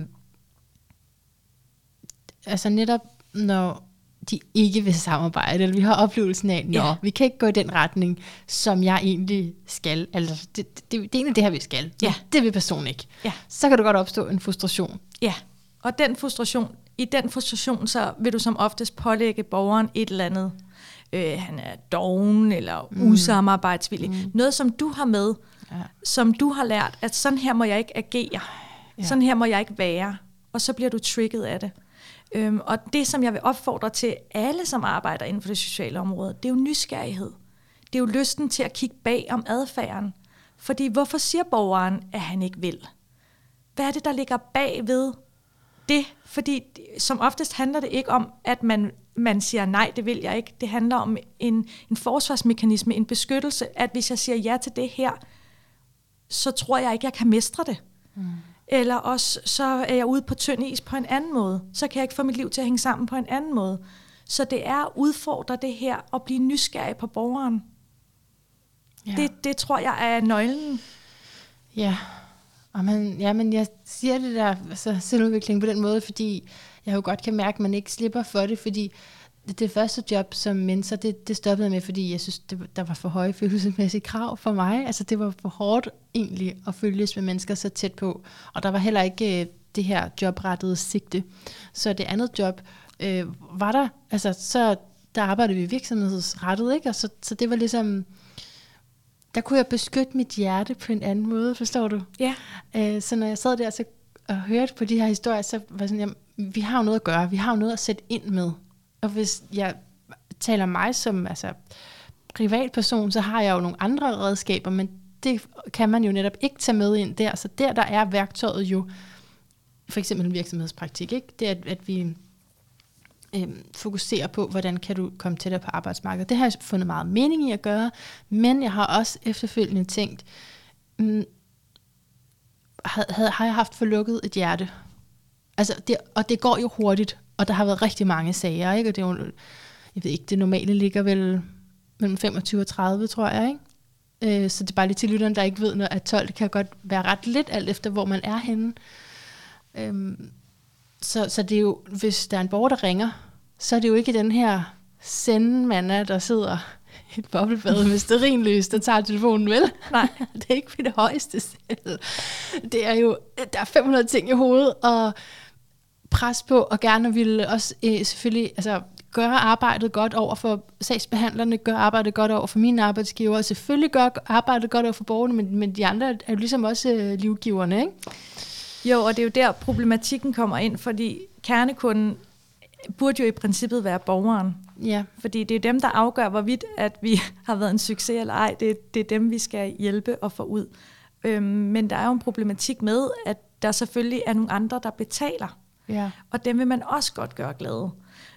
altså netop når de ikke vil samarbejde, eller vi har oplevelsen af, vi kan ikke gå i den retning, som jeg egentlig skal. Altså, det er egentlig det her, vi skal. Ja. Det vil personen ikke. Ja. Så kan der godt opstå en frustration. Ja, og i den frustration, så vil du som oftest pålægge borgeren et eller andet. Han er doven, eller usamarbejdsvillig. Noget, som du har med, som du har lært, at sådan her må jeg ikke agere. Sådan her må jeg ikke være. Og så bliver du trigget af det. Og det, som jeg vil opfordre til alle, som arbejder inden for det sociale område, det er jo nysgerrighed. Det er jo lysten til at kigge bag om adfærden. Fordi hvorfor siger borgeren, at han ikke vil? Hvad er det, der ligger bag ved det? Fordi som oftest handler det ikke om, at man siger, nej, det vil jeg ikke. Det handler om en forsvarsmekanisme, en beskyttelse, at hvis jeg siger ja til det her, så tror jeg ikke, jeg kan mestre det. Eller også, så er jeg ude på tynd is på en anden måde. Så kan jeg ikke få mit liv til at hænge sammen på en anden måde. Så det er at udfordre det her, og blive nysgerrig på borgeren. Ja. Det tror jeg er nøglen. Ja, men jeg siger det der selvudvikling på den måde, fordi jeg jo godt kan mærke, at man ikke slipper for det, fordi det første job som mentor, det stoppede med, fordi jeg synes, der var for høje følelsesmæssige krav for mig. Altså det var for hårdt egentlig at følges med mennesker så tæt på, og der var heller ikke det her jobrettede sigte. Så det andet job var der, altså så der arbejdede vi virksomhedsrettet, ikke? Og så det var ligesom, der kunne jeg beskytte mit hjerte på en anden måde, forstår du? Ja. Så når jeg sad der og hørte på de her historier, så var sådan, jamen, vi har jo noget at gøre, vi har jo noget at sætte ind med. Og hvis jeg taler mig som privatperson, så har jeg jo nogle andre redskaber, men det kan man jo netop ikke tage med ind der. Så der er værktøjet jo for eksempel virksomhedspraktik, ikke? Det er, at vi fokuserer på, hvordan kan du komme tættere på arbejdsmarkedet. Det har jeg fundet meget mening i at gøre, men jeg har også efterfølgende tænkt, har jeg haft for lukket et hjerte? Altså og det går jo hurtigt, og der har været rigtig mange sager, ikke? Og det er jo, jeg ved ikke, det normale ligger vel mellem 25 og 30, tror jeg, ikke? Så det er bare lige til lytteren, der ikke ved, at 12 kan godt være ret lidt, alt efter hvor man er henne. Så det er jo, hvis der er en borger, der ringer, så er det jo ikke den her sendemand, der sidder i et boblebad med stearinlys, der tager telefonen, vel? Nej, det er ikke for det højeste selv. Det er jo, der er 500 ting i hovedet, og pres på, og gerne ville også selvfølgelig gøre arbejdet godt over for sagsbehandlerne, gøre arbejdet godt over for mine arbejdsgiver, og selvfølgelig gøre arbejdet godt over for borgerne, men de andre er jo ligesom også livgiverne, ikke? Jo, og det er jo der problematikken kommer ind, fordi kernekunden burde jo i princippet være borgeren. Ja. Fordi det er dem, der afgør, hvorvidt at vi har været en succes eller ej. Det er dem, vi skal hjælpe og få ud. Men der er jo en problematik med, at der selvfølgelig er nogle andre, der betaler. Ja. Og dem vil man også godt gøre glade.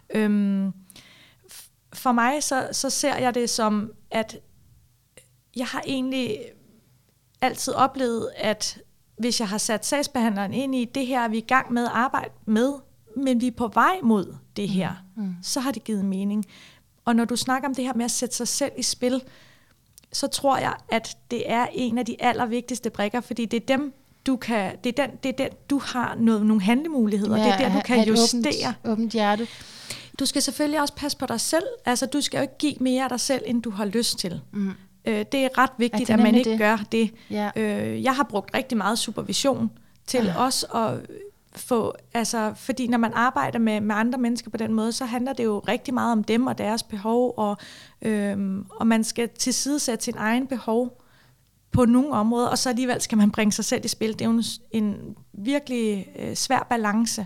For mig så ser jeg det som, at jeg har egentlig altid oplevet, at hvis jeg har sat sagsbehandleren ind i, det her er vi i gang med at arbejde med, men vi er på vej mod det her, så har det givet mening. Og når du snakker om det her med at sætte sig selv i spil, så tror jeg, at det er en af de allervigtigste brikker, fordi det er dem, det er den, du har nogle handlemuligheder. Ja, det er der, du kan justere. Åbent hjerte. Du skal selvfølgelig også passe på dig selv. Altså, du skal jo ikke give mere af dig selv, end du har lyst til. Det er ret vigtigt, at man ikke gør det. Ja. Jeg har brugt rigtig meget supervision til også at få, altså, fordi når man arbejder med andre mennesker på den måde, så handler det jo rigtig meget om dem og deres behov, og man skal tilsidesætte sin egen behov på nogle områder, og så alligevel skal man bringe sig selv i spil. Det er jo en virkelig svær balance.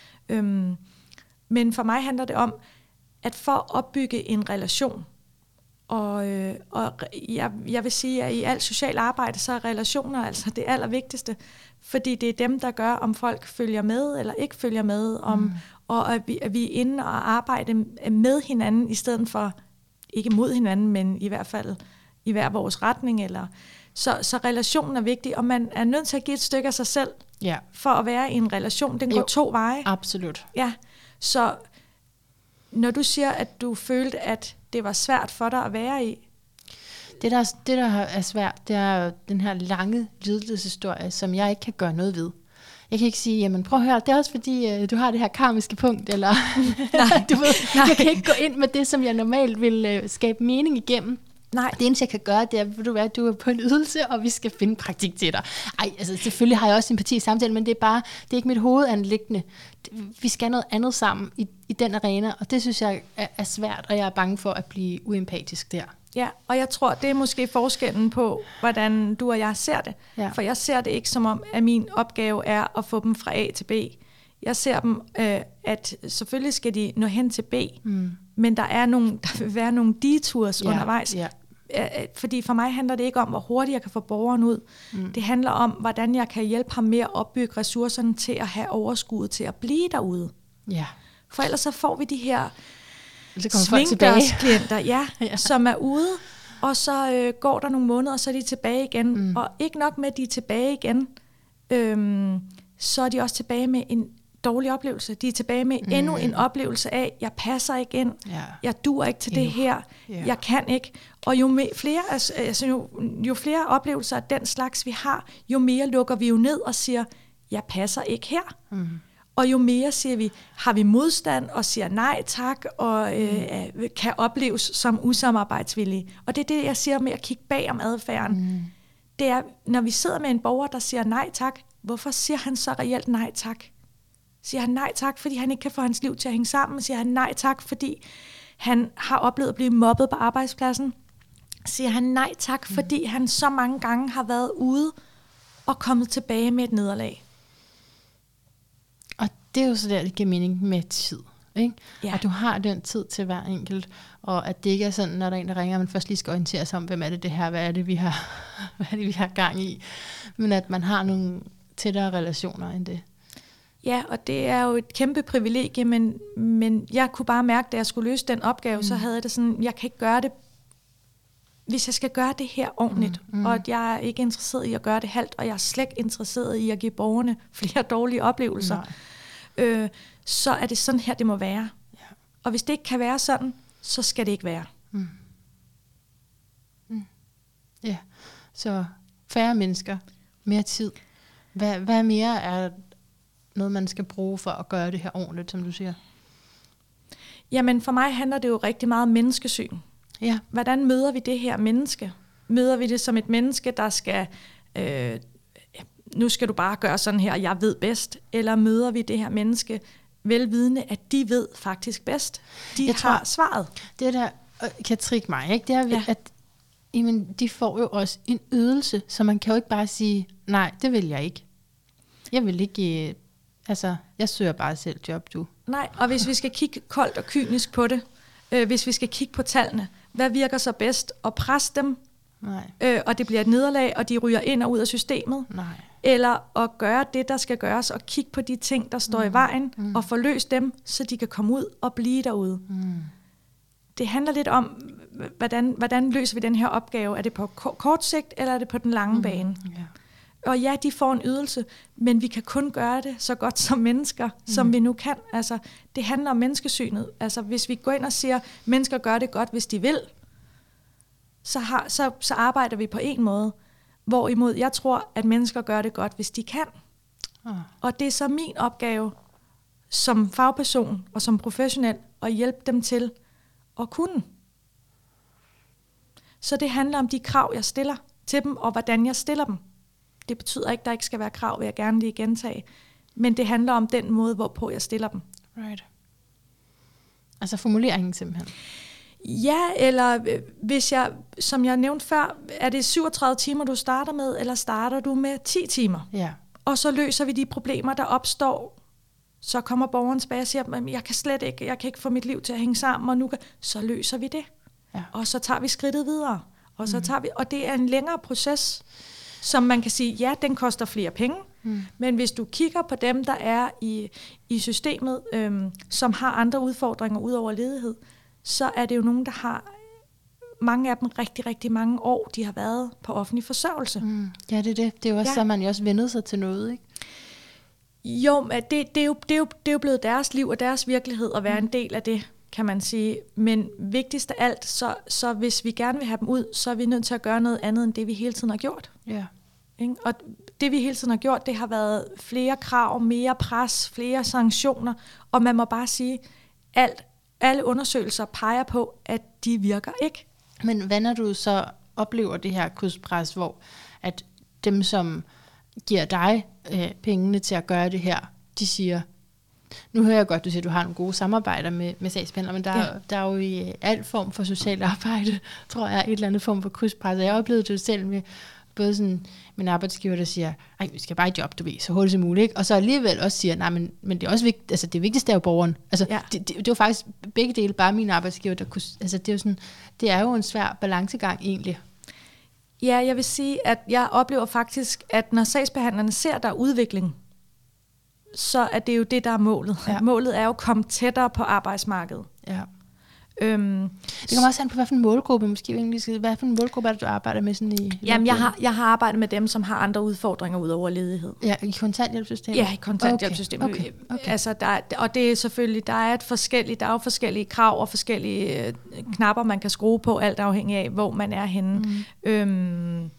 Men for mig handler det om, at for at opbygge en relation, og jeg vil sige, at i alt socialt arbejde, så er relationer altså det allervigtigste, fordi det er dem, der gør, om folk følger med eller ikke følger med, og at vi er inde og arbejde med hinanden, i stedet for, ikke mod hinanden, men i hvert fald i hver vores retning. Så relationen er vigtig, og man er nødt til at give et stykke af sig selv, for at være i en relation. Den går 2 veje. Absolut. Ja, så når du siger, at du følte, at det var svært for dig at være i? Det der er svært, det er den her lange lidelseshistorie, som jeg ikke kan gøre noget ved. Jeg kan ikke sige, jamen prøv at høre, det er også fordi, du har det her karmiske punkt, eller du ved, jeg kan ikke gå ind med det, som jeg normalt vil skabe mening igennem. Nej. Det eneste, jeg kan gøre, det er, at du er på en ydelse, og vi skal finde praktik til dig. Ej, altså selvfølgelig har jeg også sympati i samtalen, men det er ikke mit hovedanliggende. Vi skal noget andet sammen i den arena, og det synes jeg er svært, og jeg er bange for at blive uempatisk der. Ja, og jeg tror, det er måske forskellen på, hvordan du og jeg ser det. Ja. For jeg ser det ikke som om, at min opgave er at få dem fra A til B. Jeg ser dem, at selvfølgelig skal de nå hen til B, men der vil være nogle detours undervejs. Ja. Fordi for mig handler det ikke om, hvor hurtigt jeg kan få borgeren ud. Det handler om, hvordan jeg kan hjælpe ham med at opbygge ressourcerne til at have overskud til at blive derude. Ja. For ellers så får vi de her svingdørsklienter, som er ude, og så går der nogle måneder, og så er de tilbage igen. Og ikke nok med, at de er tilbage igen, så er de også tilbage med en dårlig oplevelse. De er tilbage med endnu en oplevelse af, jeg passer ikke ind, jeg duer ikke til det her, jeg kan ikke. Og jo flere oplevelser af den slags vi har, jo mere lukker vi jo ned og siger, jeg passer ikke her. Og jo mere siger vi, har vi modstand og siger nej tak, og kan opleves som usamarbejdsvillige. Og det er det, jeg siger med at kigge bag om adfærden. Det er, når vi sidder med en borger, der siger nej tak, hvorfor siger han så reelt nej tak? Siger han nej tak, fordi han ikke kan få hans liv til at hænge sammen? Siger han nej tak, fordi han har oplevet at blive mobbet på arbejdspladsen? Siger han nej tak, fordi han så mange gange har været ude og kommet tilbage med et nederlag? Og det er jo så der, det giver mening med tid. Ikke? Ja. At du har den tid til hver enkelt, og at det ikke er sådan, når der er en, der ringer, at man først lige skal orientere sig om, hvem er det her, hvad er det, vi har gang i. Men at man har nogle tættere relationer end det. Ja, og det er jo et kæmpe privilegie, men jeg kunne bare mærke, da jeg skulle løse den opgave, så havde jeg det sådan, jeg kan ikke gøre det, hvis jeg skal gøre det her ordentligt, og at jeg er ikke interesseret i at gøre det halvt, og jeg er slet ikke interesseret i at give borgerne flere dårlige oplevelser, så er det sådan her, det må være. Ja. Og hvis det ikke kan være sådan, så skal det ikke være. Ja, så færre mennesker, mere tid. Hvad mere er noget, man skal bruge for at gøre det her ordentligt, som du siger? Jamen, for mig handler det jo rigtig meget om menneskesyn. Ja. Hvordan møder vi det her menneske? Møder vi det som et menneske, der skal, nu skal du bare gøre sådan her, jeg ved bedst? Eller møder vi det her menneske velvidende, at de ved faktisk bedst? De har svaret. Det der kan trigge mig, ikke? Det er, at jamen, de får jo også en ydelse, så man kan jo ikke bare sige, nej, det vil jeg ikke. Jeg vil ikke, jeg søger bare selv job, du. Nej, og hvis vi skal kigge koldt og kynisk på det, hvis vi skal kigge på tallene, hvad virker så bedst? At presse dem, og det bliver et nederlag, og de ryger ind og ud af systemet? Nej. Eller at gøre det, der skal gøres, og kigge på de ting, der står i vejen, og forløse dem, så de kan komme ud og blive derude. det handler lidt om, hvordan løser vi den her opgave? Er det på kort sigt, eller er det på den lange bane? Ja. Og ja, de får en ydelse, men vi kan kun gøre det så godt som mennesker, som vi nu kan. Altså, det handler om menneskesynet. Altså, hvis vi går ind og siger, mennesker gør det godt, hvis de vil, så arbejder vi på en måde. Hvorimod jeg tror, at mennesker gør det godt, hvis de kan. Og det er så min opgave som fagperson og som professionel at hjælpe dem til at kunne. Så det handler om de krav, jeg stiller til dem, og hvordan jeg stiller dem. Det betyder ikke, at der ikke skal være krav, vil jeg gerne lige gentage. Men det handler om den måde, hvorpå jeg stiller dem. Right. Altså formuleringen simpelthen. Ja, eller hvis jeg, som jeg nævnte før, er det 37 timer, du starter med, eller starter du med 10 timer? Ja. Og så løser vi de problemer, der opstår. Så kommer borgeren tilbage og siger, jeg kan ikke få mit liv til at hænge sammen, og så løser vi det. Ja. Og så tager vi skridtet videre. Og det er en længere proces, som man kan sige, ja, den koster flere penge, men hvis du kigger på dem, der er i systemet, som har andre udfordringer ud over ledighed, så er det jo nogen, der har mange af dem rigtig, rigtig mange år, de har været på offentlig forsørgelse. Ja, det er det. Det er jo også så, man jo også vendede sig til noget, ikke? Jo, men det er jo blevet deres liv og deres virkelighed at være en del af det, kan man sige. Men vigtigst af alt, så hvis vi gerne vil have dem ud, så er vi nødt til at gøre noget andet, end det vi hele tiden har gjort. Ja. Og det vi hele tiden har gjort, det har været flere krav, mere pres, flere sanktioner, og man må bare sige, alle undersøgelser peger på, at de virker ikke. Men hvad når du så oplever det her krydspres, hvor at dem, som giver dig pengene til at gøre det her, de siger, nu hører jeg godt, du siger, at du har nogle gode samarbejder med sagsbehandlere, men der er jo i alt form for socialt arbejde, tror jeg, et eller andet form for krydspres. Jeg oplevede det selv med både sådan min arbejdsgiver, der siger, ej, vi skal bare i job, du ved, så hurtigt som muligt, ikke? Og så alligevel også siger, nej, men det er også vigtigt, altså det vigtigste er jo borgeren. Altså det var faktisk begge dele, bare min arbejdsgiver, der kunne, altså det er jo sådan, det er jo en svær balancegang egentlig. Ja, jeg vil sige, at jeg oplever faktisk, at når sagsbehandlerne ser, der er udvikling, så er det jo det, der er målet. Ja. Målet er jo at komme tættere på arbejdsmarkedet. Ja. Det kommer også an på, hvad for en målgruppe, hvad for en målgruppe er det, du arbejder med sådan i? Jamen, jeg har arbejdet med dem, som har andre udfordringer ud over ledighed. Ja, i kontanthjælpssystemet? Ja, i kontanthjælpssystemet. Okay. Altså, og det er selvfølgelig, der er jo forskellige krav og forskellige knapper, man kan skrue på, alt afhængig af, hvor man er henne.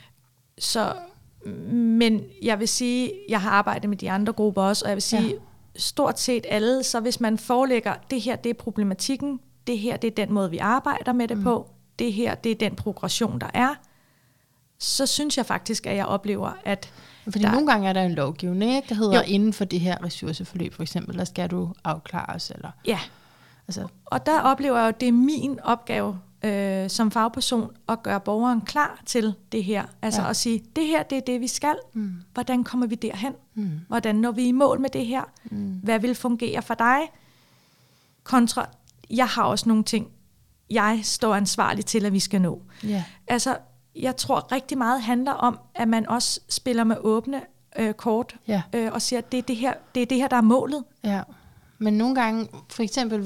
Men jeg vil sige, jeg har arbejdet med de andre grupper også, og jeg vil sige, stort set alle, så hvis man forelægger, det her, det er problematikken, det her, det er den måde, vi arbejder med det på, det her, det er den progression, der er, så synes jeg faktisk, at jeg oplever, at fordi nogle gange er der en lovgivning, ikke, der hedder, inden for det her ressourceforløb, for eksempel, der skal du afklares, eller? Ja, altså. Og der oplever jeg jo, at det er min opgave som fagperson at gøre borgeren klar til det her. Altså at sige, det her, det er det, vi skal. Hvordan kommer vi derhen? Hvordan når vi i mål med det her? Hvad vil fungere for dig? Kontra, jeg har også nogle ting, jeg står ansvarlig til, at vi skal nå. Yeah. Altså, jeg tror rigtig meget handler om, at man også spiller med åbne kort, og siger, at det er det her, der er målet. Ja, men nogle gange, for eksempel,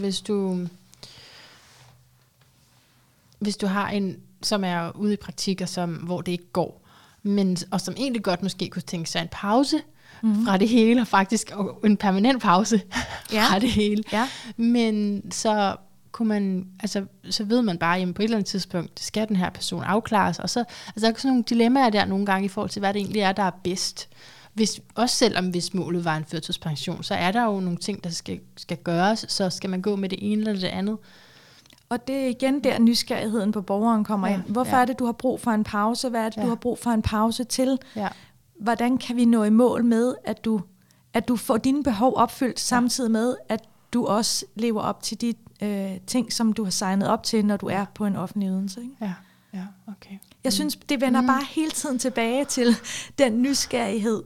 hvis du har en, som er ude i praktik, og hvor det ikke går, og som egentlig godt måske kunne tænke sig en pause fra det hele, og faktisk en permanent pause fra det hele. Ja. Men så kunne man, altså, så ved man bare, jamen på et eller andet tidspunkt, skal den her person afklares, og så altså, der er sådan nogle dilemmaer der nogle gange i forhold til, hvad det egentlig er, der er bedst. Også selvom hvis målet var en førtidspension, så er der jo nogle ting, der skal gøres, så skal man gå med det ene eller det andet. Og det er igen der nysgerrigheden på borgeren kommer ind. Hvorfor er det, du har brug for en pause? Hvad er det, du har brug for en pause til? Ja. Hvordan kan vi nå i mål med, at du får dine behov opfyldt, samtidig med, at du også lever op til de ting, som du har signet op til, når du er på en offentlig ydelse, ikke? Ja, okay. Jeg synes, det vender bare hele tiden tilbage til den nysgerrighed.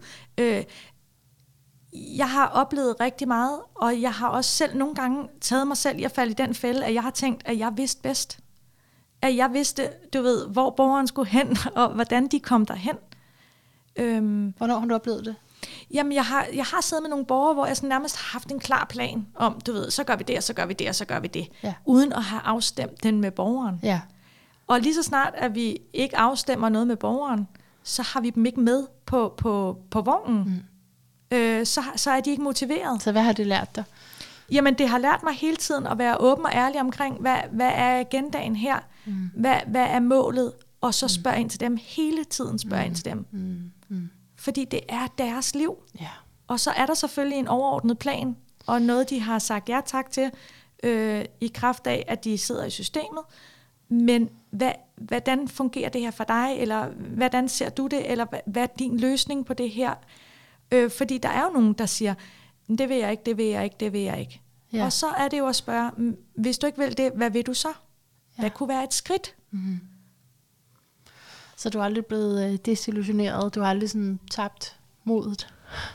Jeg har oplevet rigtig meget, og jeg har også selv nogle gange taget mig selv i at falde i den fælde, at jeg har tænkt, at jeg vidste bedst. At jeg vidste, du ved, hvor borgeren skulle hen, og hvordan de kom derhen. Hvornår har du oplevet det? Jamen, jeg har siddet med nogle borgere, hvor jeg sådan nærmest har haft en klar plan om, du ved, så gør vi det, og så gør vi det, og så gør vi det. Ja. Uden at have afstemt den med borgeren. Ja. Og lige så snart, at vi ikke afstemmer noget med borgeren, så har vi dem ikke med på vognen. Så er de ikke motiveret. Så hvad har det lært dig? Jamen, det har lært mig hele tiden at være åben og ærlig omkring, hvad er agendaen her? Hvad er målet? Og så spørge ind til dem. Hele tiden spørge ind til dem. Fordi det er deres liv. Ja. Og så er der selvfølgelig en overordnet plan, og noget, de har sagt ja tak til, i kraft af, at de sidder i systemet. Men hvordan fungerer det her for dig? Eller hvordan ser du det? Eller hvad er din løsning på det her? Fordi der er jo nogen, der siger, det vil jeg ikke, det vil jeg ikke, det vil jeg ikke. Ja. Og så er det jo at spørge, hvis du ikke vil det, hvad vil du så? Ja. Hvad kunne være et skridt? Mm-hmm. Så du er aldrig blevet desillusioneret? Du har aldrig sådan tabt modet?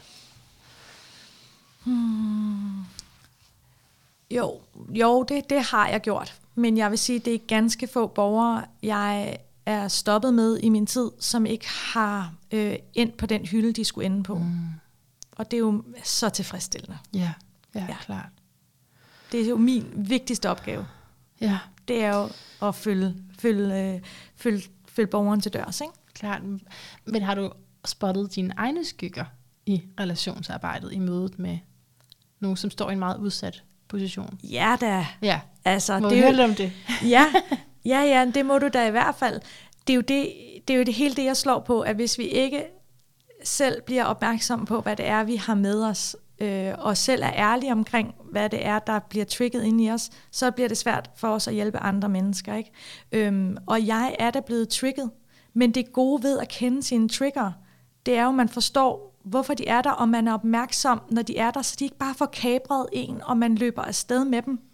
Jo, det har jeg gjort. Men jeg vil sige, det er ganske få borgere, jeg er stoppet med i min tid, som ikke har endt på den hylde, de skulle ende på. Og det er jo så tilfredsstillende. Ja, klart. Det er jo min vigtigste opgave. Ja. Det er jo at følge borgeren til dørs, ikke? Klart. Men har du spottet dine egne skygger i relationsarbejdet, i mødet med nogen, som står i en meget udsat position? Ja da. Ja. Altså, må vi høre lidt om det? Ja, det må du da i hvert fald. Det er jo det hele det, jeg slår på, at hvis vi ikke selv bliver opmærksomme på, hvad det er, vi har med os, og selv er ærlige omkring, hvad det er, der bliver trigget ind i os, så bliver det svært for os at hjælpe andre mennesker, ikke? Og jeg er da blevet trigget, men det gode ved at kende sine trigger, det er jo, at man forstår, hvorfor de er der, og man er opmærksom, når de er der, så de ikke bare får kapret en, og man løber afsted med dem.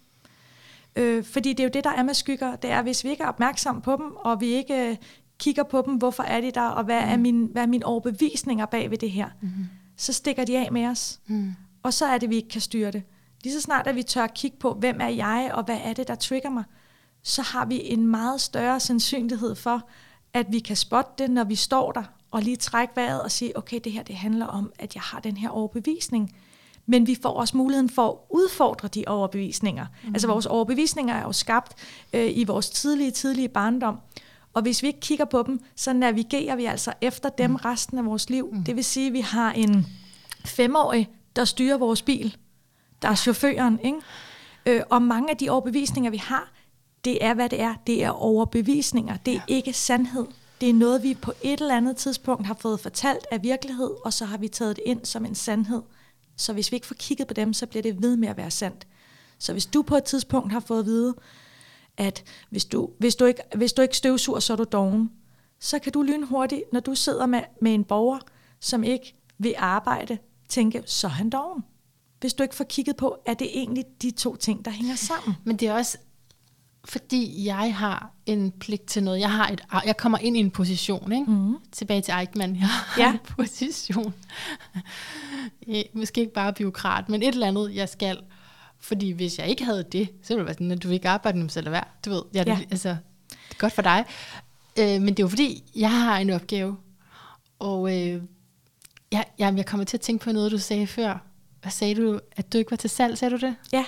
Fordi det er jo det, der er med skygger, det er, hvis vi ikke er opmærksom på dem, og vi ikke kigger på dem, hvorfor er de der, og hvad er mine overbevisninger bag ved det her, så stikker de af med os. Og så er det, vi ikke kan styre det. Lige så snart, at vi tør kigge på, hvem er jeg, og hvad er det, der trigger mig, så har vi en meget større sandsynlighed for, at vi kan spotte det, når vi står der, og lige trække vejret og sige, okay, det her, det handler om, at jeg har den her overbevisning. Men vi får også muligheden for at udfordre de overbevisninger. Altså vores overbevisninger er jo skabt i vores tidlige barndom. Og hvis vi ikke kigger på dem, så navigerer vi altså efter dem resten af vores liv. Det vil sige, at vi har en 5-årig, der styrer vores bil. Der er chaufføren, ikke? Og mange af de overbevisninger, vi har, det er, hvad det er. Det er overbevisninger. Det er ikke sandhed. Det er noget, vi på et eller andet tidspunkt har fået fortalt af virkelighed, og så har vi taget det ind som en sandhed. Så hvis vi ikke får kigget på dem, så bliver det ved med at være sandt. Så hvis du på et tidspunkt har fået at vide, at hvis du ikke støvsuger, så er du doven, så kan du lynhurtigt, når du sidder med en borger, som ikke vil arbejde, tænke, så er han doven. Hvis du ikke får kigget på, er det egentlig de to ting, der hænger sammen. Men det er også, fordi jeg har en pligt til noget. Jeg kommer ind i en position, ikke? Tilbage til Eichmann. Jeg har en position. Måske ikke bare bureaukrat, men et eller andet, jeg skal. Fordi hvis jeg ikke havde det, så ville det være sådan, at du vil ikke arbejde med selv at være. Du ved, altså, det er godt for dig. Men det er jo fordi, jeg har en opgave. Og jeg kommer til at tænke på noget, du sagde før. Hvad sagde du? At du ikke var til salg, sagde du det? Ja.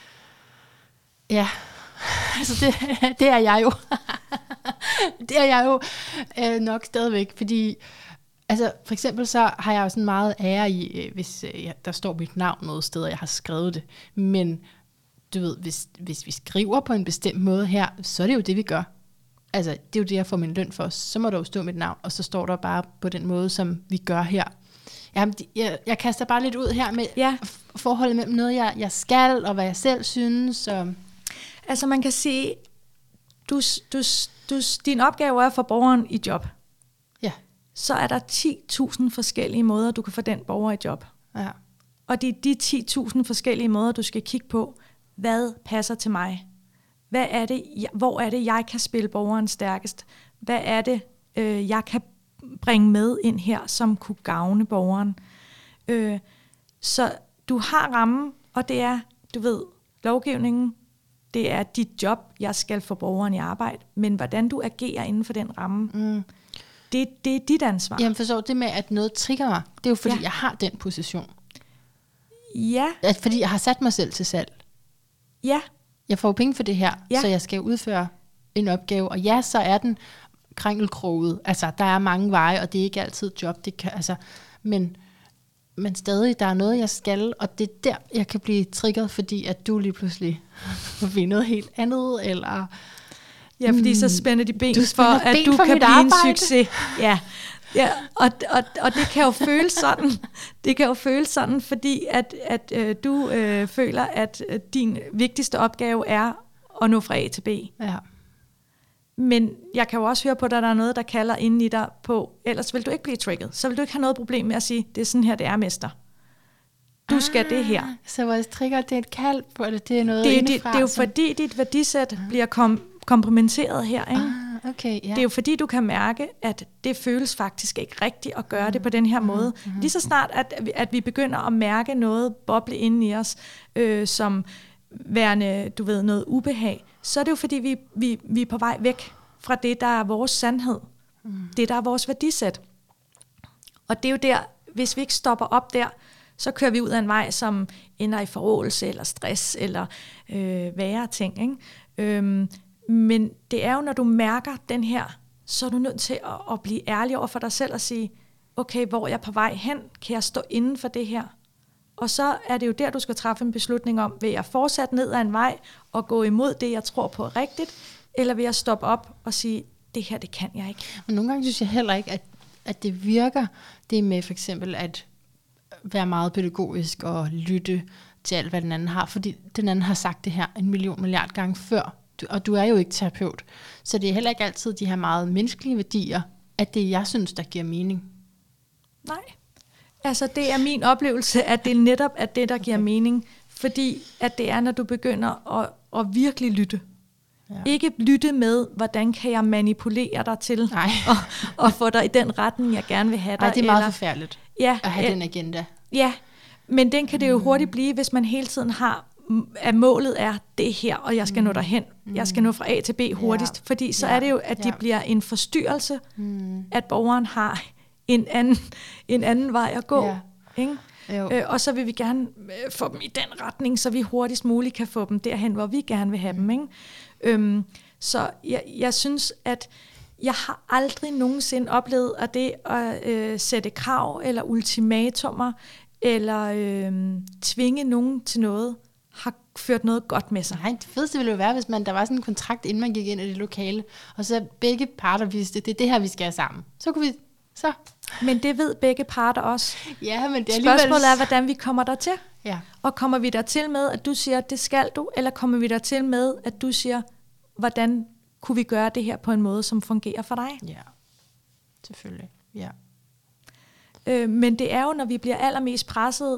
Ja. Altså det er jeg jo. Det er jeg jo nok stadigvæk, fordi altså for eksempel så har jeg jo sådan meget ære i, hvis der står mit navn noget sted, og jeg har skrevet det. Men du ved, hvis vi skriver på en bestemt måde her, så er det jo det, vi gør. Altså det er jo det, jeg får min løn for. Så må der jo stå mit navn, og så står der bare på den måde, som vi gør her. Jamen, jeg kaster bare lidt ud her med forholdet mellem noget, jeg skal, og hvad jeg selv synes. Og altså man kan sige, din opgave er at få borgeren i job. Ja. Så er der 10.000 forskellige måder, du kan få den borger i job. Ja. Og det er de 10.000 forskellige måder, du skal kigge på. Hvad passer til mig? Hvad er det, hvor er det, jeg kan spille borgeren stærkest? Hvad er det, jeg kan bringe med ind her, som kunne gavne borgeren? Så du har rammen, og det er, du ved, lovgivningen. Det er dit job, jeg skal få borgeren i arbejde. Men hvordan du agerer inden for den ramme, Det er dit ansvar. Jamen forstår det med, at noget trigger mig. Det er jo fordi, jeg har den position. Ja. Fordi jeg har sat mig selv til salg. Ja. Jeg får jo penge for det her, så jeg skal udføre en opgave. Og ja, så er den krænkelkroget. Altså, der er mange veje, og det er ikke altid et job. Det kan, altså, men stadig, der er noget, jeg skal, og det er der, jeg kan blive triggeret, fordi at du lige pludselig vil noget helt andet, eller... Ja, fordi så spænder de ben for, at du kan blive arbejde. En succes. Ja, og det kan jo føles sådan. Det kan jo føles sådan, fordi at du føler, at din vigtigste opgave er at nå fra A til B. Ja. Men jeg kan jo også høre på dig, at der er noget, der kalder inde i dig på, ellers vil du ikke blive trigget. Så vil du ikke have noget problem med at sige, det er sådan her, det er, mester. Du skal det her. Så vores trigger, det er et kald på det, det er noget det er jo fordi, dit værdisæt bliver kompromitteret her, ikke? Okay, ja. Det er jo fordi, du kan mærke, at det føles faktisk ikke rigtigt at gøre det på den her måde. Lige så snart, at vi begynder at mærke noget boble inde i os, som værende, du ved, noget ubehag, så er det jo fordi, vi er på vej væk fra det, der er vores sandhed. Det, der er vores værdisæt. Og det er jo der, hvis vi ikke stopper op der, så kører vi ud af en vej, som ender i forrådelse eller stress eller værre ting, ikke? Men det er jo, når du mærker den her, så er du nødt til at blive ærlig over for dig selv og sige, okay, hvor er jeg på vej hen? Kan jeg stå inden for det her? Og så er det jo der, du skal træffe en beslutning om, vil jeg fortsætte ned ad en vej og gå imod det, jeg tror på er rigtigt, eller vil jeg stoppe op og sige, det her, det kan jeg ikke. Men nogle gange synes jeg heller ikke, at det virker, det med for eksempel at være meget pædagogisk og lytte til alt, hvad den anden har, fordi den anden har sagt det her 1 milliard gange før, og du er jo ikke terapeut. Så det er heller ikke altid de her meget menneskelige værdier, at det jeg synes, der giver mening. Nej. Altså det er min oplevelse, at det netop er det, der giver mening. Fordi at det er, når du begynder at virkelig lytte. Ja. Ikke lytte med, hvordan kan jeg manipulere dig til og få dig i den retning, jeg gerne vil have dig. Nej, det er meget forfærdeligt at have den agenda. Ja, men den kan det jo hurtigt blive, hvis man hele tiden har, at målet er det her, og jeg skal nå derhen. Jeg skal nå fra A til B hurtigst, fordi så er det jo, at det bliver en forstyrrelse, at borgeren har en anden vej at gå. Ikke? Og så vil vi gerne få dem i den retning, så vi hurtigst muligt kan få dem derhen, hvor vi gerne vil have dem. Ikke? Så jeg synes, at jeg har aldrig nogensinde oplevet, at det at sætte krav eller ultimatumer, eller tvinge nogen til noget, har ført noget godt med sig. Nej, det fedeste ville jo være, hvis der var sådan en kontrakt, inden man gik ind i det lokale, og så begge parter vidste, det er det her, vi skal have sammen. Så kunne vi... Så. Men det ved begge parter også. Ja, men det er spørgsmålet er, hvordan vi kommer dertil. Ja. Og kommer vi dertil med, at du siger, det skal du, eller kommer vi dertil med, at du siger, hvordan kunne vi gøre det her på en måde, som fungerer for dig? Ja, selvfølgelig. Ja. Men det er jo, når vi bliver allermest presset,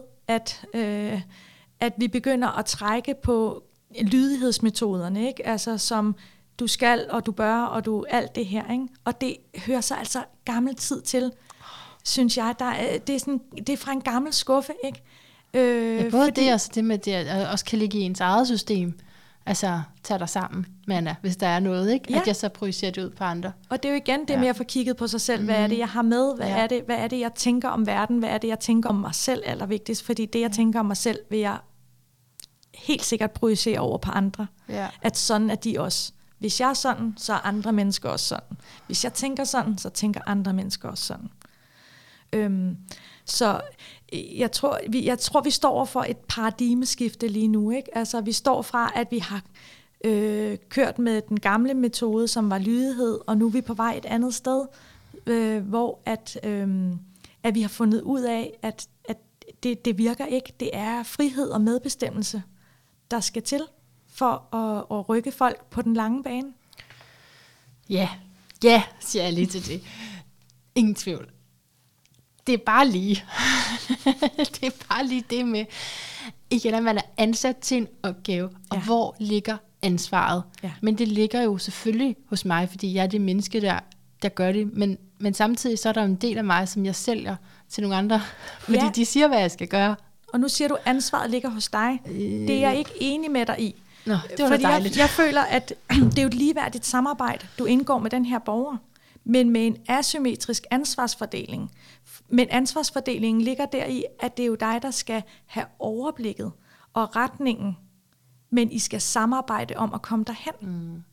at vi begynder at trække på lydighedsmetoderne, ikke? Altså som du skal, og du bør, og du alt det her, ikke? Og det hører sig altså gammel tid til, synes jeg. Det er fra en gammel skuffe, ikke? Ja, både det og så det med det, at også kan ligge i ens eget system. Altså, tag dig sammen, Manna, hvis der er noget, ikke? Ja. At jeg så projicerer det ud på andre. Og det er jo igen det med at få kigget på sig selv. Hvad er det, jeg har med? Hvad er det, jeg tænker om verden? Hvad er det, jeg tænker om mig selv allervigtigst? Fordi det, jeg tænker om mig selv, vil jeg helt sikkert projicere over på andre. Ja. At sådan er de også. Hvis jeg er sådan, så er andre mennesker også sådan. Hvis jeg tænker sådan, så tænker andre mennesker også sådan. Så jeg tror, vi står for et paradigmeskifte lige nu, ikke? Altså, vi står fra, at vi har kørt med den gamle metode, som var lydighed, og nu er vi på vej et andet sted, hvor at vi har fundet ud af, at det virker ikke. Det er frihed og medbestemmelse, der skal til for at rykke folk på den lange bane. Ja, siger jeg lige til det. Ingen tvivl. Det er bare lige. Det er bare lige det med, igen, at man er ansat til en opgave, og hvor ligger ansvaret. Ja. Men det ligger jo selvfølgelig hos mig, fordi jeg er det menneske, der gør det. Men samtidig så er der en del af mig, som jeg sælger til nogle andre, fordi de siger, hvad jeg skal gøre. Og nu siger du, at ansvaret ligger hos dig. Det er jeg ikke enig med dig i. Nå, det var dejligt. Jeg føler, at det er jo et ligeværdigt samarbejde, du indgår med den her borger. men med en asymmetrisk ansvarsfordeling. Men ansvarsfordelingen ligger deri, at det er jo dig, der skal have overblikket og retningen, men I skal samarbejde om at komme derhen. Mm.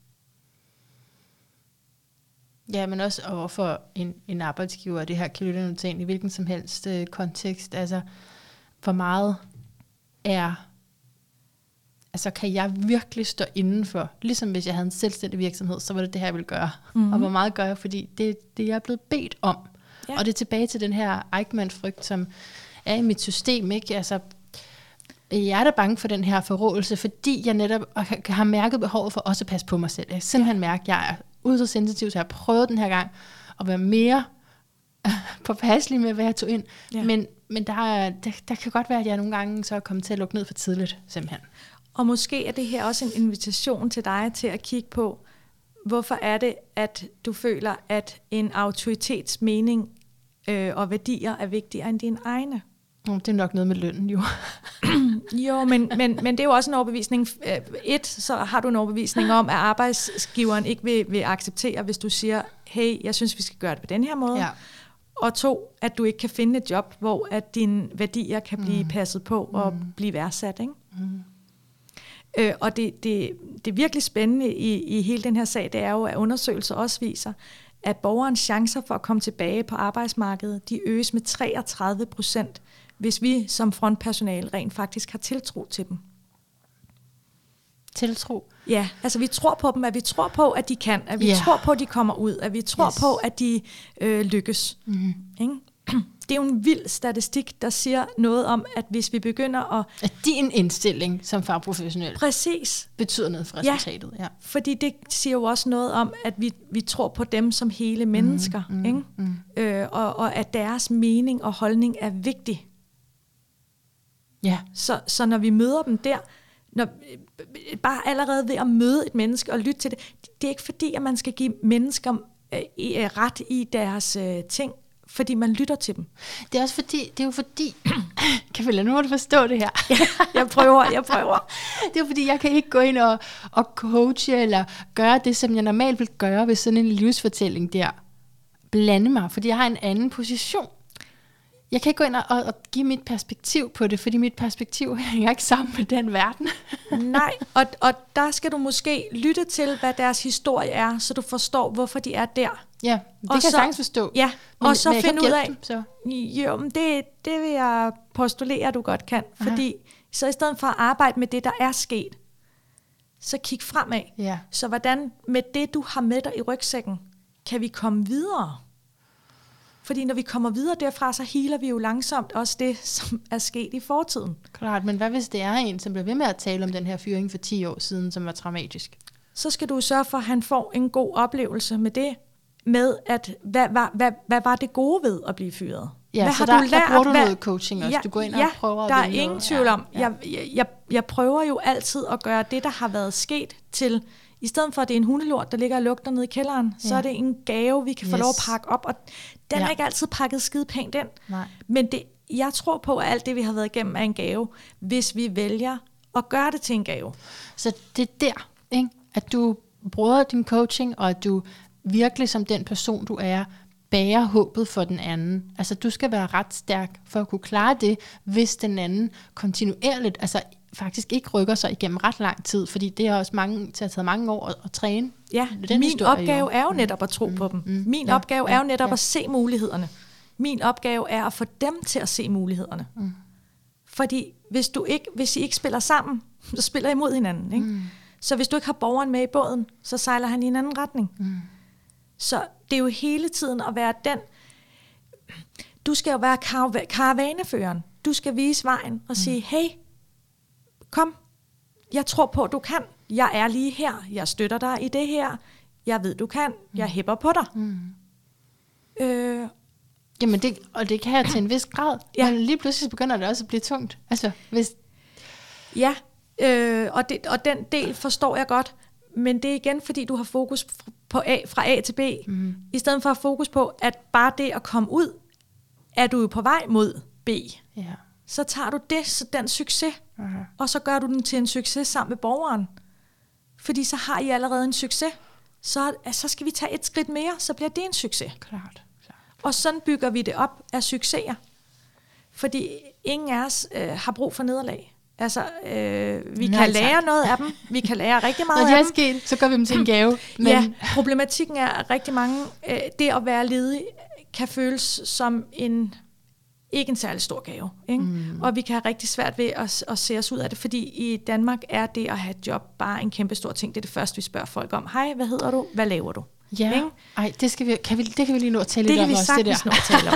Ja, men også overfor en arbejdsgiver, det her kan lytte til en i hvilken som helst kontekst. Altså, hvor meget kan jeg virkelig stå indenfor? Ligesom hvis jeg havde en selvstændig virksomhed, så var det her, jeg ville gøre. Mm-hmm. Og hvor meget gør jeg, fordi det er det, jeg er blevet bedt om. Ja. Og det er tilbage til den her Eichmann-frygt, som er i mit system, ikke? Altså, jeg er da bange for den her forrådelse, fordi jeg netop har mærket behovet for også at passe på mig selv. Jeg har simpelthen mærket, at jeg er ude så sensitiv, så jeg har prøvet den her gang at være mere påpasselig med, hvad jeg tog ind. Ja. Men der kan godt være, at jeg nogle gange så er kommet til at lukke ned for tidligt, simpelthen. Og måske er det her også en invitation til dig til at kigge på, hvorfor er det, at du føler, at en autoritets mening og værdier er vigtigere end dine egne? Det er nok noget med lønnen, jo. Jo, men det er jo også en overbevisning. Så har du en overbevisning om, at arbejdsgiveren ikke vil acceptere, hvis du siger, hey, jeg synes, vi skal gøre det på den her måde. Ja. Og 2, at du ikke kan finde et job, hvor at dine værdier kan blive passet på og blive værdsat. Ikke? Mm. Og det virkelig spændende i hele den her sag, det er jo, at undersøgelser også viser, at borgerens chancer for at komme tilbage på arbejdsmarkedet, de øges med 33%, hvis vi som frontpersonale rent faktisk har tiltro til dem. Tiltro? Ja, altså vi tror på dem, at vi tror på, at de kan, at vi tror på, at de kommer ud, at vi tror på, at de lykkes. Mm-hmm. Ikke? Det er jo en vild statistik, der siger noget om, at hvis vi begynder at... At din indstilling som fagprofessionel præcis betyder noget for resultatet. Ja, fordi det siger jo også noget om, at vi tror på dem som hele mennesker, ikke? Og at deres mening og holdning er vigtig. Ja. Så når vi møder dem der, bare allerede ved at møde et menneske og lytte til det, det er ikke fordi, at man skal give mennesker ret i deres ting, fordi man lytter til dem. Det er også fordi, Camilla, nu må du forstå det her. Jeg prøver. Det er jo fordi, jeg kan ikke gå ind og coache, eller gøre det, som jeg normalt vil gøre ved sådan en livsfortælling der. Blande mig, fordi jeg har en anden position. Jeg kan ikke gå ind og give mit perspektiv på det, fordi mit perspektiv hænger ikke sammen med den verden. Nej, og der skal du måske lytte til, hvad deres historie er, så du forstår, hvorfor de er der. Ja, det kan jeg sagtens forstå. Ja, og så finde ud af, dem, så. Jo, men det vil jeg postulere, at du godt kan. Fordi så i stedet for at arbejde med det, der er sket, så kig fremad. Ja. Så hvordan med det, du har med dig i rygsækken, kan vi komme videre? Fordi når vi kommer videre derfra, så healer vi jo langsomt også det, som er sket i fortiden. Klart, men hvad hvis det er en, som bliver ved med at tale om den her fyring for 10 år siden, som var traumatisk? Så skal du sørge for, at han får en god oplevelse med det, med at, hvad var det gode ved at blive fyret? Ja, hvad så har der, du lært? Der bruger du noget coaching også. Du går ind og prøver der at er ingen tvivl om. Jeg prøver jo altid at gøre det, der har været sket til... I stedet for, at det er en hundelort, der ligger og lugter nede i kælderen, så er det en gave, vi kan få lov at pakke op. Og den er ikke altid pakket skide pænt ind. Nej. Men jeg tror på, at alt det, vi har været igennem, er en gave, hvis vi vælger at gøre det til en gave. Så det er der, ikke? At du bruger din coaching, og at du virkelig som den person, du er, bærer håbet for den anden. Altså, du skal være ret stærk for at kunne klare det, hvis den anden kontinuerligt, altså faktisk ikke rykker sig igennem ret lang tid, fordi det har også taget mange år at træne. Ja, min opgave er jo netop at tro på dem. Min opgave er jo netop at se mulighederne. Min opgave er at få dem til at se mulighederne. Fordi hvis I ikke spiller sammen, så spiller I mod hinanden. Ikke? Så hvis du ikke har borgeren med i båden, så sejler han i en anden retning. Så det er jo hele tiden at være den... Du skal jo være karavaneføreren. Du skal vise vejen og sige, hey, kom, jeg tror på, at du kan. Jeg er lige her. Jeg støtter dig i det her. Jeg ved, du kan. Jeg hæpper på dig. Jamen, det kan jeg til en vis grad. Men lige pludselig begynder det også at blive tungt. Altså, hvis... Ja, og den del forstår jeg godt. Men det er igen, fordi du har fokus på fra A til B. I stedet for at fokus på, at bare det at komme ud, er du jo på vej mod B. Ja. Så tager du den succes, og så gør du den til en succes sammen med borgeren. Fordi så har I allerede en succes. så skal vi tage et skridt mere, så bliver det en succes. Klart. Og sådan bygger vi det op af succeser. Fordi ingen af os har brug for nederlag. Altså, vi kan lære noget af dem. Vi kan lære rigtig meget af dem. Når det er sket, så gør vi dem til en gave. Men ja, problematikken er, at rigtig mange, det at være ledig, kan føles som ikke en særlig stor gave. Ikke? Og vi kan have rigtig svært ved at se os ud af det, fordi i Danmark er det at have et job bare en kæmpe stor ting. Det er det første, vi spørger folk om. Hej, hvad hedder du? Hvad laver du? Ja, ej, det kan vi lige nå at tale lidt om også. Det kan vi sagtens nå at tale om.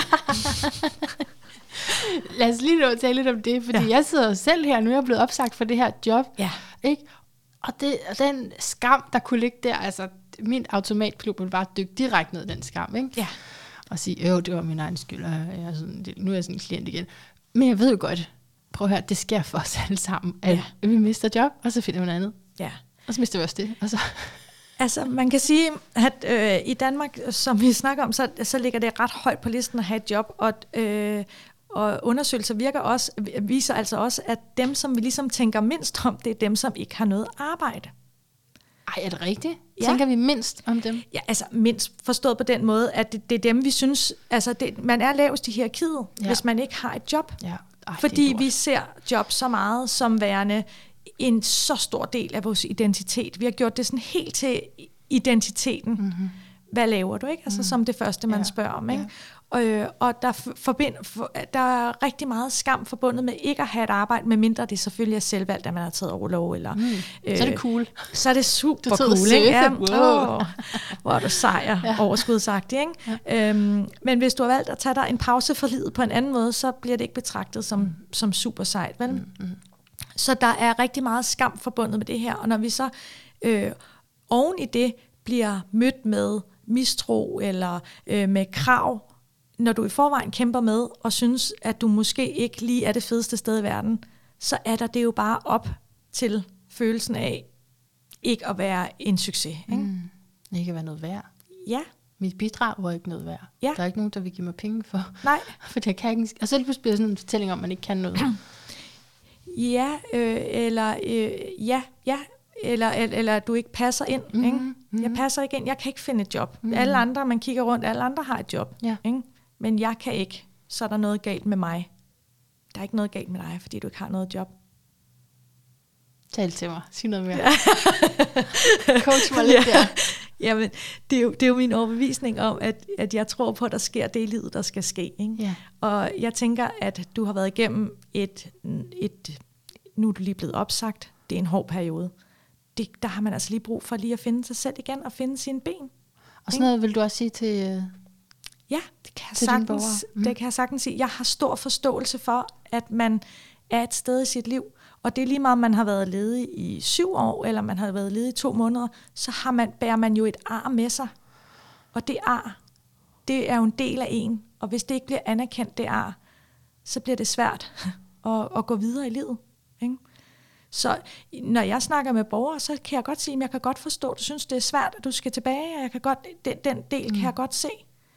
Lad os lige nå at tale lidt om det, fordi jeg sidder selv her, nu er jeg blevet opsagt for det her job. Ja. Ikke? Og den skam, der kunne ligge der, altså min automatklub ville bare dykke direkte ned i den skam, ikke? Ja. Og sige, det var min egen skyld, og nu er jeg sådan en klient igen. Men jeg ved jo godt, prøv at høre, det sker for os alle sammen, at vi mister job, og så finder vi noget andet. Ja. Og så mister vi også det, og så... Altså, man kan sige, at i Danmark, som vi snakker om, så ligger det ret højt på listen at have et job, og undersøgelser viser altså også, at dem, som vi ligesom tænker mindst om, det er dem, som ikke har noget arbejde. Ej, er det rigtigt? Ja. Tænker vi mindst om dem? Ja, altså mindst forstået på den måde, at det er dem, vi synes, altså man er lavest i hierarkiet, hvis man ikke har et job. Ja. Ej, fordi vi ser job så meget som værende en så stor del af vores identitet. Vi har gjort det sådan helt til identiteten. Mm-hmm. Hvad laver du, ikke? Altså som det første, man spørger om, ikke? Og der er rigtig meget skam forbundet med ikke at have et arbejde, medmindre det selvfølgelig er selvvalgt, at man har taget overlov. Eller, så er det cool. Så er det super cool, ikke? Ja, hvor er du sejr, overskudsagtig, ikke? Ja. Men hvis du har valgt at tage dig en pause fra livet på en anden måde, så bliver det ikke betragtet som super sejt, vel? Så der er rigtig meget skam forbundet med det her, og når vi så oven i det bliver mødt med mistro eller med krav, når du i forvejen kæmper med og synes, at du måske ikke lige er det fedeste sted i verden, så er der det jo bare op til følelsen af ikke at være en succes. Ikke? Ikke at være noget værd. Ja. Mit bidrag var ikke noget værd. Ja. Der er ikke nogen, der vil give mig penge for. Nej. For det kan ikke. Og så bliver det sådan en fortælling om, at man ikke kan noget. Eller du ikke passer ind. Ikke? Jeg passer ikke ind, jeg kan ikke finde et job. Alle andre, man kigger rundt, alle andre har et job. Ja. Ikke? Men jeg kan ikke. Så er der noget galt med mig. Der er ikke noget galt med dig, fordi du ikke har noget job. Tal til mig. Sig noget mere. Coach mig lidt der. Jamen, det er jo min overbevisning om, at jeg tror på, at der sker det i livet, der skal ske. Ikke? Ja. Og jeg tænker, at du har været igennem nu er du lige blevet opsagt. Det er en hård periode. Der har man altså lige brug for lige at finde sig selv igen og finde sine ben. Og sådan noget vil du også sige til ja, det kan jeg sagtens sige. Jeg har stor forståelse for, at man er et sted i sit liv, og det er lige meget, om man har været ledig i 7 år, eller man har været ledig i 2 måneder, så bærer man jo et ar med sig. Og det ar, det er jo en del af en. Og hvis det ikke bliver anerkendt, det ar, så bliver det svært at gå videre i livet. Ikke? Så når jeg snakker med borgere, så kan jeg godt sige, at jeg kan godt forstå, at du synes, det er svært, at du skal tilbage, og jeg kan godt, den del kan jeg godt se.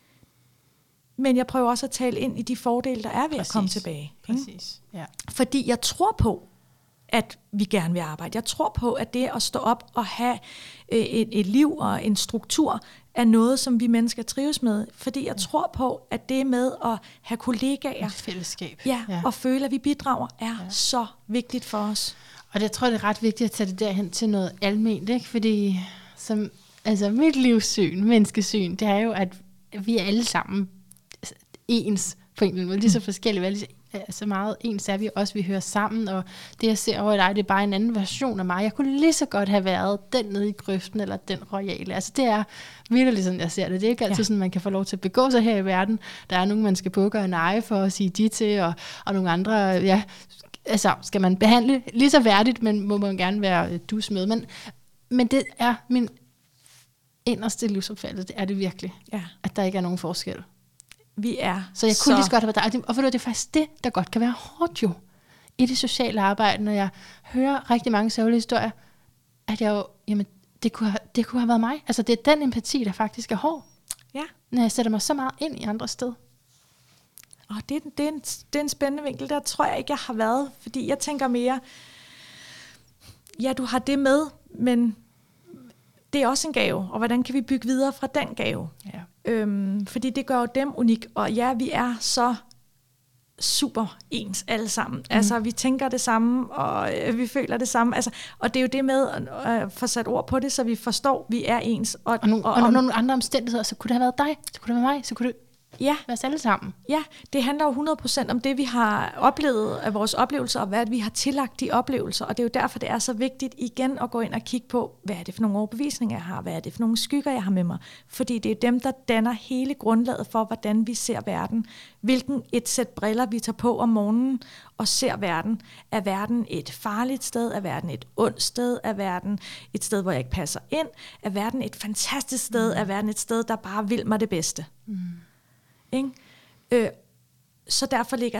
Men jeg prøver også at tale ind i de fordele, der er ved at komme tilbage. Præcis. Ja. Fordi jeg tror på, at vi gerne vil arbejde. Jeg tror på, at det at stå op og have et liv og en struktur, er noget, som vi mennesker trives med. Fordi jeg tror på, at det med at have kollegaer, et fællesskab, og føle, at vi bidrager, er så vigtigt for os. Og jeg tror, det er ret vigtigt at tage det derhen til noget alment, ikke? Fordi mit livssyn, menneskesyn, det er jo, at vi er alle sammen ens på en eller anden måde, lige så forskellige, så meget ens er vi også, vi hører sammen, og det jeg ser over i dig, det er bare en anden version af mig. Jeg kunne lige så godt have været den nede i grøften, eller den royale. Altså det er virkelig sådan, jeg ser det. Det er ikke altid sådan, man kan få lov til at begå sig her i verden. Der er nogen, man skal bukke og neje for at sige de til, og nogle andre, skal man behandle lige så værdigt, men må man gerne være dus med. Men det er min inderste livsopfattelse, det er det virkelig, at der ikke er nogen forskel. Vi er så jeg kunne lige så godt have været der. Og for det er faktisk det, der godt kan være hårdt jo, i det sociale arbejde, når jeg hører rigtig mange sørgelige historier, at jeg jo, det kunne have været mig. Altså det er den empati, der faktisk er hård, når jeg sætter mig så meget ind i andre sted. Og det er en spændende vinkel, der tror jeg ikke, jeg har været, fordi jeg tænker mere, du har det med, men det er også en gave, og hvordan kan vi bygge videre fra den gave? Ja. Fordi det gør jo dem unik, og ja, vi er så super ens alle sammen. Altså, vi tænker det samme, og vi føler det samme. Altså, og det er jo det med at få sat ord på det, så vi forstår, at vi er ens. Og nogle andre omstændigheder, så kunne det have været dig, så kunne det være mig, så kunne det være os alle sammen. Ja, det handler jo 100% om det, vi har oplevet af vores oplevelser, og hvad vi har tillagt de oplevelser. Og det er jo derfor, det er så vigtigt igen at gå ind og kigge på, hvad er det for nogle overbevisninger, jeg har? Hvad er det for nogle skygger, jeg har med mig? Fordi det er dem, der danner hele grundlaget for, hvordan vi ser verden. Hvilken et sæt briller, vi tager på om morgenen og ser verden. Er verden et farligt sted? Er verden et ondt sted? Er verden et sted, hvor jeg ikke passer ind? Er verden et fantastisk sted? Er verden et sted, der bare vil mig det bedste? Så derfor ligger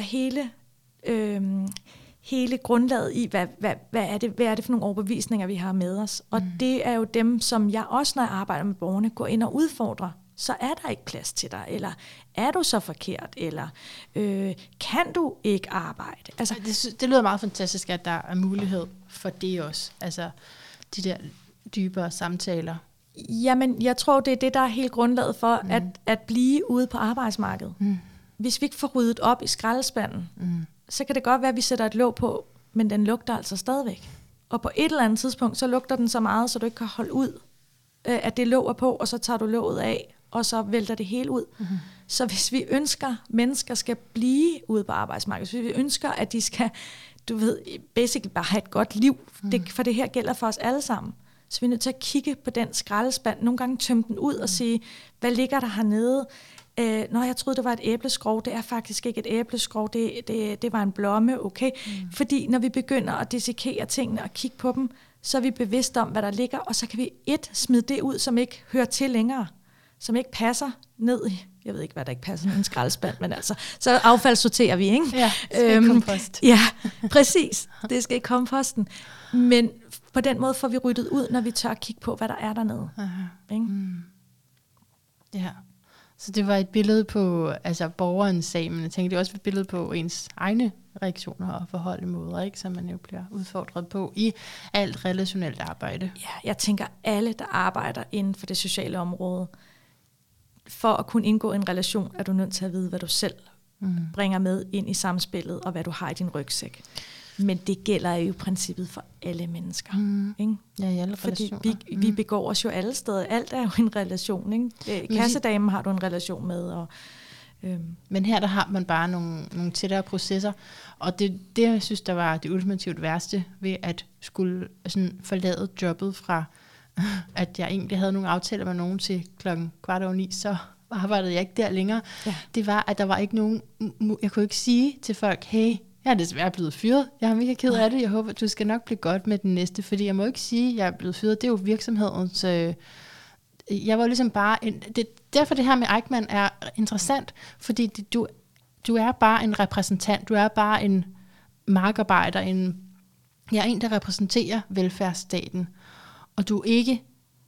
hele grundlaget i, hvad er det for nogle overbevisninger, vi har med os. Og det er jo dem, som jeg også, når jeg arbejder med borgerne, går ind og udfordrer. Så er der ikke plads til dig, eller er du så forkert, eller kan du ikke arbejde? Altså, det lyder meget fantastisk, at der er mulighed for det også. Altså de der dybere samtaler. Jamen, jeg tror, det er det, der er helt grundlaget for at blive ude på arbejdsmarkedet. Hvis vi ikke får ryddet op i skraldespanden, så kan det godt være, at vi sætter et låg på, men den lugter altså stadigvæk. Og på et eller andet tidspunkt, så lugter den så meget, så du ikke kan holde ud, at det låg er på, og så tager du låget af, og så vælter det hele ud. Så hvis vi ønsker, at mennesker skal blive ude på arbejdsmarkedet, hvis vi ønsker, at de skal, basically bare have et godt liv, for det her gælder for os alle sammen, så vi er nødt til at kigge på den skraldespand, nogle gange tømme den ud og sige, hvad ligger der hernede? Jeg troede, det var et æbleskrog. Det er faktisk ikke et æbleskrog, det var en blomme, okay? Fordi når vi begynder at dissekere tingene og kigge på dem, så er vi bevidste om, hvad der ligger, og så kan vi smide det ud, som ikke hører til længere, som ikke passer ned i, jeg ved ikke, hvad der ikke passer i en skraldespand, men altså, så affaldssorterer vi, ikke? Ja, det skal i kompost. Ja, præcis. Det skal i komposten. Men på den måde får vi ryddet ud, når vi tør at kigge på, hvad der er dernede. Ja. Så det var et billede på borgerens sag, men jeg tænkte, det er også et billede på ens egne reaktioner og forholdemåder, ikke, som man jo bliver udfordret på i alt relationelt arbejde. Ja, jeg tænker, alle, der arbejder inden for det sociale område, for at kunne indgå en relation, er du nødt til at vide, hvad du selv bringer med ind i samspillet, og hvad du har i din rygsæk. Men det gælder jo i princippet for alle mennesker. Ikke? Ja, i alle fordi vi begår os jo alle steder. Alt er jo en relation. Ikke? Kassedamen har du en relation med. Og, Men her der har man bare nogle tættere processer. Og det jeg synes, der var det ultimativt værste ved at skulle sådan forlade jobbet fra, at jeg egentlig havde nogle aftaler med nogen til 9:15, så arbejdede jeg ikke der længere. Ja. Det var, at der var ikke nogen, jeg kunne ikke sige til folk, hey, jeg er desværre blevet fyret. Jeg er mega ked af det. Jeg håber, du skal nok blive godt med den næste, fordi jeg må ikke sige, at jeg er blevet fyret. Det er jo virksomhedens. Jeg var ligesom bare derfor det her med Eichmann er interessant, fordi du er bare en repræsentant. Du er bare en markarbejder, en der repræsenterer velfærdsstaten, og du er ikke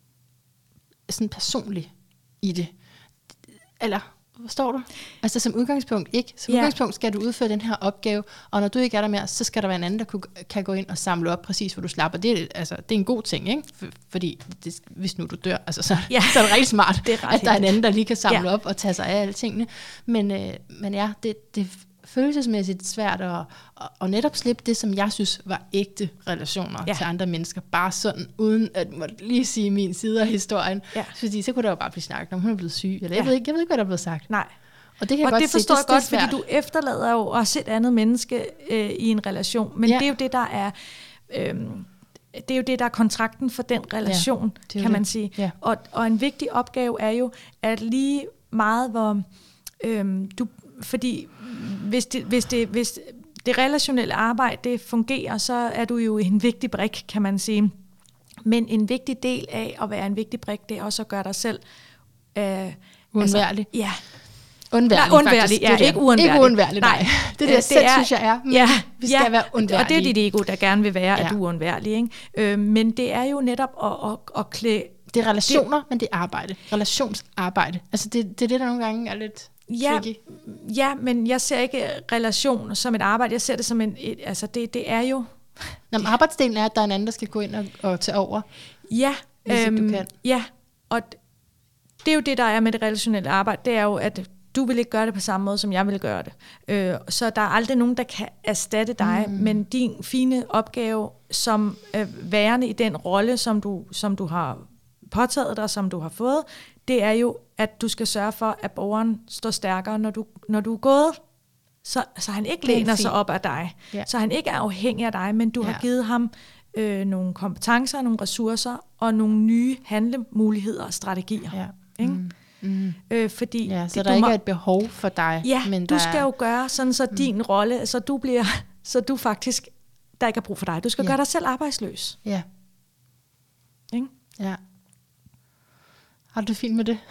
sådan personlig i det. Eller forstår du? Altså som udgangspunkt ikke. Som udgangspunkt skal du udføre den her opgave, og når du ikke er der mere, så skal der være en anden, der kan gå ind og samle op præcis, hvor du slapper. Det er en god ting, ikke? Fordi hvis nu du dør, så er det rigtig smart, at der er en anden, der lige kan samle op og tage sig af alle tingene. Men ja, det følelsesmæssigt svært at netop slippe det, som jeg synes var ægte relationer til andre mennesker, bare sådan, uden at måtte lige sige min side af historien. Ja. Fordi så kunne der jo bare blive snakket om, hun er blevet syg, eller jeg ved ikke, hvad der er blevet sagt. Nej. Og det kan jeg godt forstår jeg godt, fordi du efterlader jo også et andet menneske i en relation. Men det er jo det, der er... det er jo det, der er kontrakten for den relation, kan man sige. Ja. Og en vigtig opgave er jo, at lige meget, hvor fordi hvis det relationelle arbejde det fungerer, så er du jo en vigtig brik, kan man sige. Men en vigtig del af at være en vigtig brik, det er også at gøre dig selv uundværlig. Ja. Undværlig, ja, ikke uundværlig. Ikke uundværlig, nej. Det er selv, synes jeg er. Men vi skal være undværlige. Og det er dit ego, der gerne vil være, at du er uundværlig. Ikke? Men det er jo netop at klæde... Det er relationer, men det er arbejde. Relationsarbejde. Altså det er det, der nogle gange er lidt... Ja, men jeg ser ikke relation som et arbejde. Jeg ser det som det er jo... Nå, men arbejdsdelen er, at der er en anden, der skal gå ind og tage over. Ja, hvis ikke du kan. Ja, og det er jo det, der er med det relationelle arbejde, det er jo, at du vil ikke gøre det på samme måde, som jeg vil gøre det. Så der er aldrig nogen, der kan erstatte dig, men din fine opgave som værende i den rolle, som du har påtaget dig, som du har fået, det er jo, at du skal sørge for, at borgeren står stærkere, når du er gået. Så han ikke læner sig op af dig. Ja. Så han ikke er afhængig af dig, men du har givet ham nogle kompetencer, nogle ressourcer og nogle nye handlemuligheder og strategier. Ja. Ikke? Fordi så der ikke er et behov for dig. Ja, men du skal jo gøre sådan, så din rolle, så du faktisk, der ikke er brug for dig. Du skal gøre dig selv arbejdsløs. Ja. Ikke? Ja. Har du det fint med det?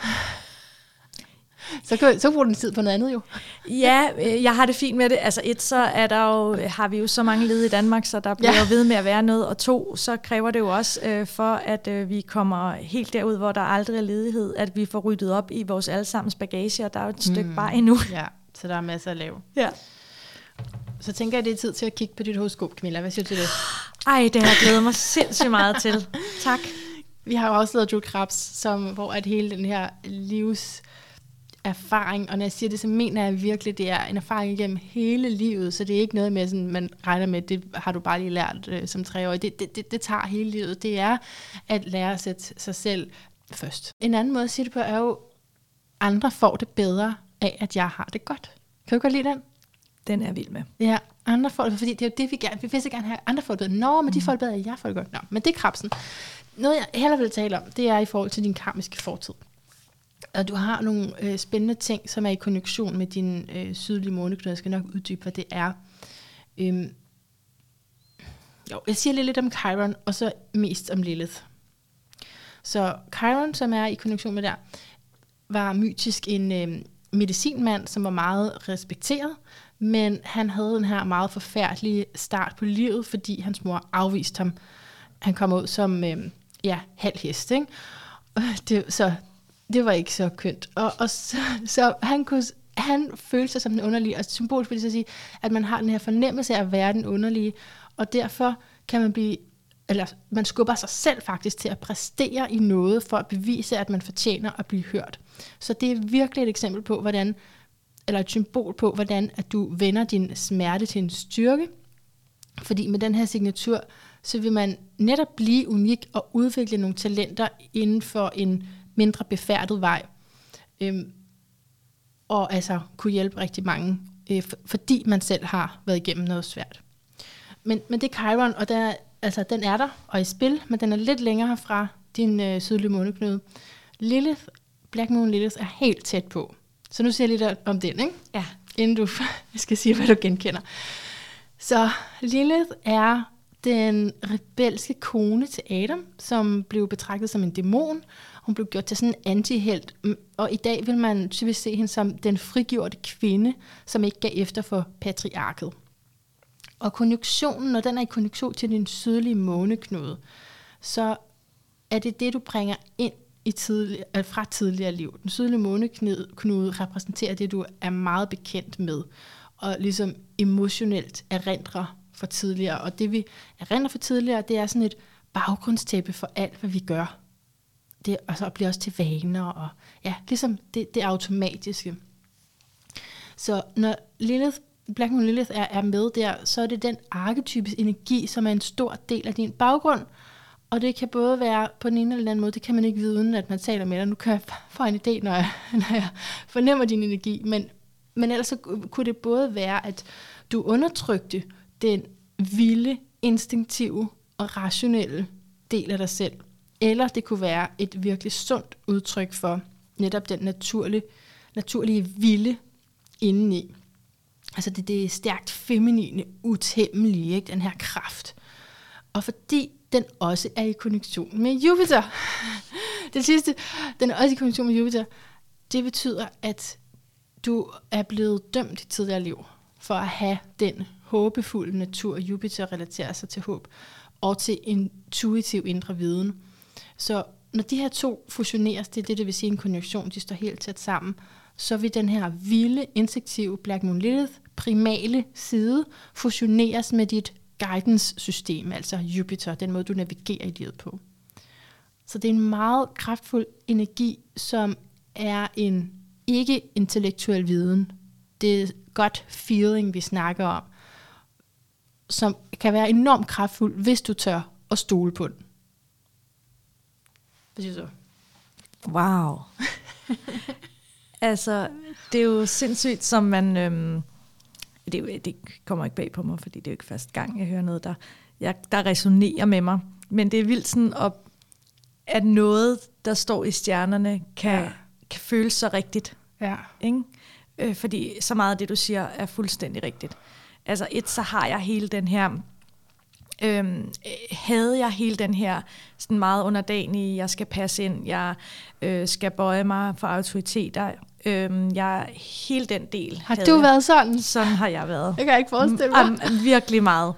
Så bruger du din tid på noget andet jo. Ja, jeg har det fint med det. Altså så er der jo, har vi jo så mange ledige i Danmark, så der bliver jo ved med at være noget. Og 2, så kræver det jo også for, at vi kommer helt derud, hvor der aldrig er ledighed, at vi får ryddet op i vores allesammens bagage, og der er jo et stykke bare endnu. Ja, så der er masser at lave. Ja. Så tænker jeg, det er tid til at kigge på dit horoskop, Camilla. Hvad siger du til det? Ej, det har jeg glædet mig sindssygt meget til. Tak. Vi har jo også lavet Drew Krebs, hvor at hele den her livserfaring, og når jeg siger det, så mener jeg virkelig, det er en erfaring igennem hele livet, så det er ikke noget med, sådan, man regner med, det har du bare lige lært som 3-årig. Det tager hele livet. Det er at lære at sætte sig selv først. En anden måde at sige det på er jo, andre får det bedre af, at jeg har det godt. Kan du godt lide den? Den er vild med. Ja, andre får det, fordi det er jo det, vi gerne vil så gerne have. Andre får det bedre. Nå, men de får det bedre, jeg får det godt. Nå, men det er Krebsen. Noget, jeg hellere vil tale om, det er i forhold til din karmiske fortid. Og du har nogle spændende ting, som er i konjunktion med din sydlige måneknude. Jeg skal nok uddybe, hvad det er. Jeg siger lidt om Chiron, og så mest om Lilith. Så Chiron, som er i konjunktion med der, var mytisk en medicinmand, som var meget respekteret, men han havde den her meget forfærdelige start på livet, fordi hans mor afviste ham. Han kom ud som halv hest, ikke? Det var ikke så kønt. Og så han følte sig som den underlige, og symbolisk vil det sige, at man har den her fornemmelse af at være den underlige, og derfor kan man skubber sig selv faktisk til at præstere i noget, for at bevise, at man fortjener at blive hørt. Så det er virkelig et eksempel på, eller et symbol på, hvordan at du vender din smerte til en styrke, fordi med den her signatur, så vil man netop blive unik og udvikle nogle talenter inden for en mindre befærdet vej. Og altså kunne hjælpe rigtig mange, fordi man selv har været igennem noget svært. Men det er Chiron, og den er der og i spil, men den er lidt længere fra din sydlige måneknude. Lilith, Black Moon Lilith, er helt tæt på. Så nu siger jeg lidt om den, ikke? Ja. Inden du skal sige, hvad du genkender. Så Lilith er den rebelske kone til Adam, som blev betragtet som en dæmon. Hun blev gjort til sådan en antihelt, og i dag vil man typisk se hende som den frigjorte kvinde, som ikke gav efter for patriarket. Og konjunktionen, når den er i konjunktion til din sydlige måneknude, så er det, du bringer ind fra tidligere liv. Den sydlige måneknude repræsenterer det, du er meget bekendt med, og ligesom emotionelt erindrer for tidligere. Og det, vi erindrer for tidligere, det er sådan et baggrundstæppe for alt, hvad vi gør. Det bliver også til vaner, og ja, ligesom det automatiske. Så når Black Moon Lilith er med der, så er det den arketypiske energi, som er en stor del af din baggrund. Og det kan både være på den ene eller den anden måde, det kan man ikke vide, uden at man taler med dig. Nu kan jeg få en idé, når jeg fornemmer din energi. Men ellers så kunne det både være, at du undertrykte den vilde, instinktive og rationelle del af dig selv. Eller det kunne være et virkelig sundt udtryk for netop den naturlige vilde indeni. Altså det er stærkt feminine, utæmmelige, ikke? Den her kraft. Og fordi den også er i konjunktion med Jupiter. Det sidste, den er også i konjunktion med Jupiter. Det betyder, at du er blevet dømt i tidligere liv for at have den håbefulde natur. Jupiter relaterer sig til håb og til intuitiv indre viden. Så når de her to fusioneres, det vil sige en konjunktion, de står helt tæt sammen, så vil den her vilde, instinktive Black Moon Lilith primale side fusioneres med dit guidance-system, altså Jupiter, den måde, du navigerer i livet på. Så det er en meget kraftfuld energi, som er en ikke-intellektuel viden. Det er godt feeling, vi snakker om, som kan være enormt kraftfuld, hvis du tør at stole på den. Hvad siger du så? Wow. Altså, det er jo sindssygt, som man... Det kommer ikke bag på mig, fordi det er jo ikke første gang, jeg hører noget, der resonerer med mig. Men det er vildt sådan, at noget, der står i stjernerne, kan føles så rigtigt. Ja. Ikke? Fordi så meget af det, du siger, er fuldstændig rigtigt. Altså så har jeg hele den her... havde jeg hele den her sådan meget underdanige, jeg skal passe ind, jeg skal bøje mig for autoriteter, hele den del. Har du været sådan? Sådan har jeg været. Jeg kan ikke forestille mig. Virkelig meget.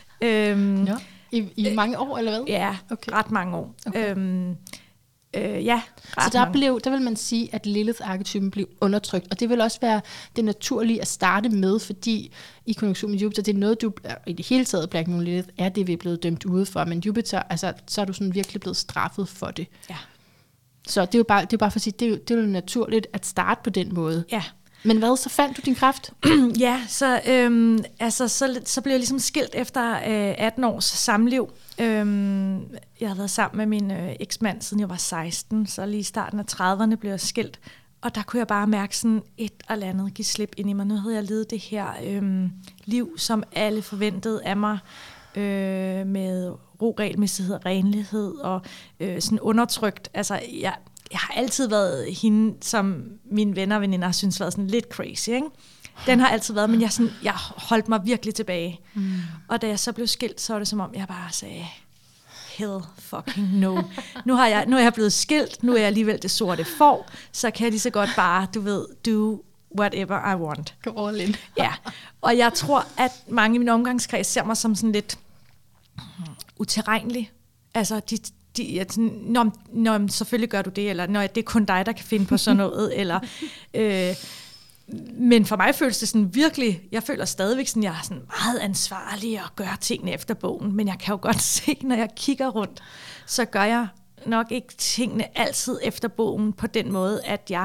I mange år, eller hvad? Ja, okay. Ret mange år. Okay. Så der vil man sige, at Lilith-arketypen blev undertrykt, og det vil også være det naturlige at starte med, fordi i konjunktion med Jupiter, det er noget, du i det hele taget, Black Moon Lilith, er det, vi er blevet dømt ude for, men Jupiter, altså, så er du sådan virkelig blevet straffet for det. Ja. Så det er jo bare for at sige, det er jo naturligt at starte på den måde. Ja. Men hvad, så fandt du din kræft? Ja, så blev jeg ligesom skilt efter 18 års samliv. Jeg har været sammen med min eksmand, siden jeg var 16, så lige i starten af 30'erne blev jeg skilt. Og der kunne jeg bare mærke sådan et eller andet give slip ind i mig. Nu havde jeg levet det her liv, som alle forventede af mig, med ro, regelmæssighed og renlighed, og sådan undertrykt. Altså, jeg har altid været hende, som mine venner og veninder synes været sådan lidt crazy, ikke? Den har altid været, men jeg holdt mig virkelig tilbage. Og da jeg så blev skilt, så var det som om, jeg bare sagde, hell fucking no. Nu er jeg blevet skilt, nu er jeg alligevel det sorte får, så kan jeg lige så godt bare, du ved, do whatever I want. Go all in. Ja, og jeg tror, at mange i min omgangskreds ser mig som sådan lidt utilregnelig. Altså, selvfølgelig gør du det, eller når det er kun dig, der kan finde på sådan noget, eller... Men for mig føles det sådan virkelig, jeg føler stadigvæk sådan, jeg er sådan meget ansvarlig og gør tingene efter bogen, men jeg kan jo godt se, når jeg kigger rundt, så gør jeg nok ikke tingene altid efter bogen på den måde, at jeg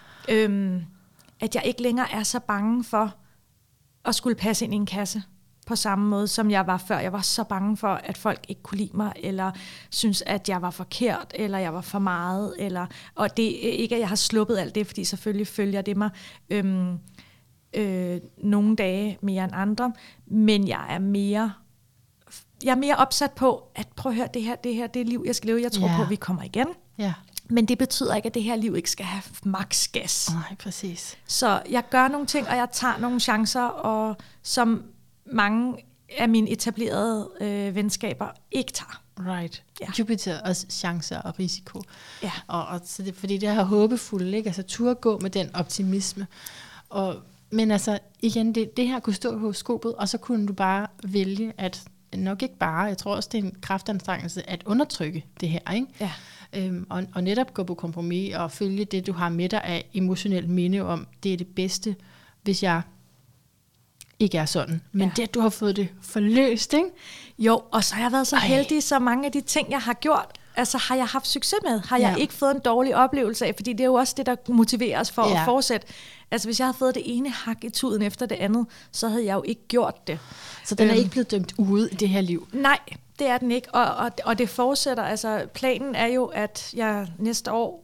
ikke længere er så bange for at skulle passe ind i en kasse på samme måde, som jeg var før. Jeg var så bange for, at folk ikke kunne lide mig, eller synes, at jeg var forkert, eller jeg var for meget. Og det er ikke, at jeg har sluppet alt det, fordi selvfølgelig følger det mig nogle dage mere end andre. Men jeg er mere opsat på, at prøv at høre, det her det er liv, jeg skal leve. Jeg tror på, at vi kommer igen. Ja. Men det betyder ikke, at det her liv ikke skal have maks gas. Nej, præcis. Så jeg gør nogle ting, og jeg tager nogle chancer, og som mange af mine etablerede venskaber ikke tager. Right. Ja. Jupiter også chancer og risiko. Ja. Og så det, fordi det her håbefulde, ikke? Altså turde gå med den optimisme. Men altså igen, det her kunne stå i horoskopet, og så kunne du bare vælge at, nok ikke bare, jeg tror også det er en kraftanstrengelse, at undertrykke det her, ikke? Ja. Og netop gå på kompromis og følge det, du har med dig af emotionelt minde om, det er det bedste, hvis jeg ikke er sådan. Men det, at du har fået det forløst, ikke? Jo, og så har jeg været så heldig, så mange af de ting, jeg har gjort, altså har jeg haft succes med, har jeg ikke fået en dårlig oplevelse af, fordi det er jo også det, der motiverer os for at fortsætte. Altså hvis jeg havde fået det ene hak i tuden efter det andet, så havde jeg jo ikke gjort det. Så den er ikke blevet dømt ude i det her liv? Nej, det er den ikke, og det fortsætter. Altså planen er jo, at jeg næste år,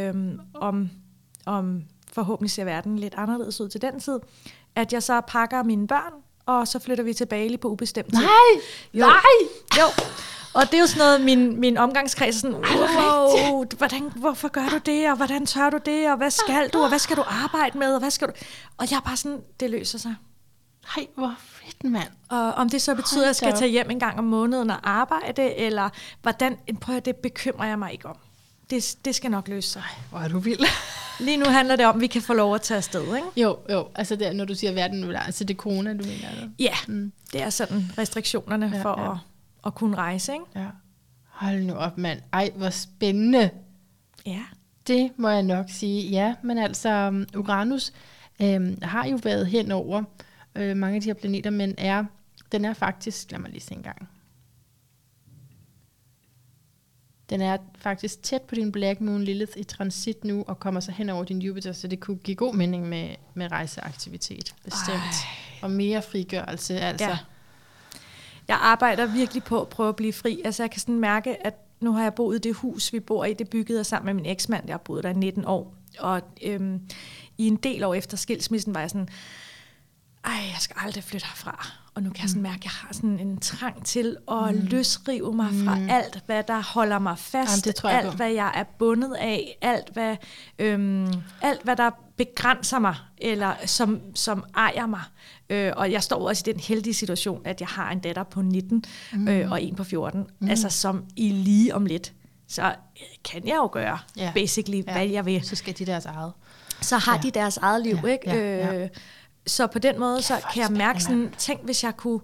om forhåbentlig ser verden lidt anderledes ud til den tid, at jeg så pakker mine børn, og så flytter vi til Bali på ubestemt tid. Nej! Jo. Og det er jo sådan noget, min omgangskreds er sådan, wow, hvorfor gør du det, og hvordan tør du det, og hvad skal du, og hvad skal du arbejde med, og hvad skal du... Og jeg er bare sådan, det løser sig. Hej, hvor fedt, mand. Og om det så betyder, at jeg skal tage hjem en gang om måneden og arbejde, eller hvordan, det bekymrer jeg mig ikke om. Det skal nok løse sig. Hvor er du vild. Lige nu handler det om, at vi kan få lov at tage afsted, ikke? Jo. Altså det, når du siger verden, altså det er corona, du mener det? Ja, det er sådan restriktionerne for at kunne rejse, ikke? Ja. Hold nu op, mand. Ej, hvor spændende. Ja. Det må jeg nok sige. Ja, men altså Uranus har jo været hen over mange af de her planeter, men den er faktisk, lad mig lige se en gang. Den er faktisk tæt på din Black Moon Lilith i transit nu, og kommer så hen over din Jupiter, så det kunne give god mening med rejseaktivitet, bestemt. Og mere frigørelse, altså. Ja. Jeg arbejder virkelig på at prøve at blive fri. Altså jeg kan sådan mærke, at nu har jeg boet i det hus, vi bor i. Det byggede jeg sammen med min eksmand. Jeg har boet der i 19 år. Og i en del år efter skilsmissen var jeg sådan, jeg skal aldrig flytte herfra. Og nu kan jeg sådan mærke, at jeg har sådan en trang til at løsrive mig fra alt, hvad der holder mig fast. Alt, hvad jeg er bundet af. Alt, hvad der begrænser mig, eller som ejer mig. Og jeg står også i den heldige situation, at jeg har en datter på 19 og en på 14. Altså som i lige om lidt. Så kan jeg jo gøre, basically, hvad jeg vil. Så skal de deres eget. Så har de deres eget liv, ikke? Så på den måde, så kan jeg mærke sådan, tænk hvis jeg kunne,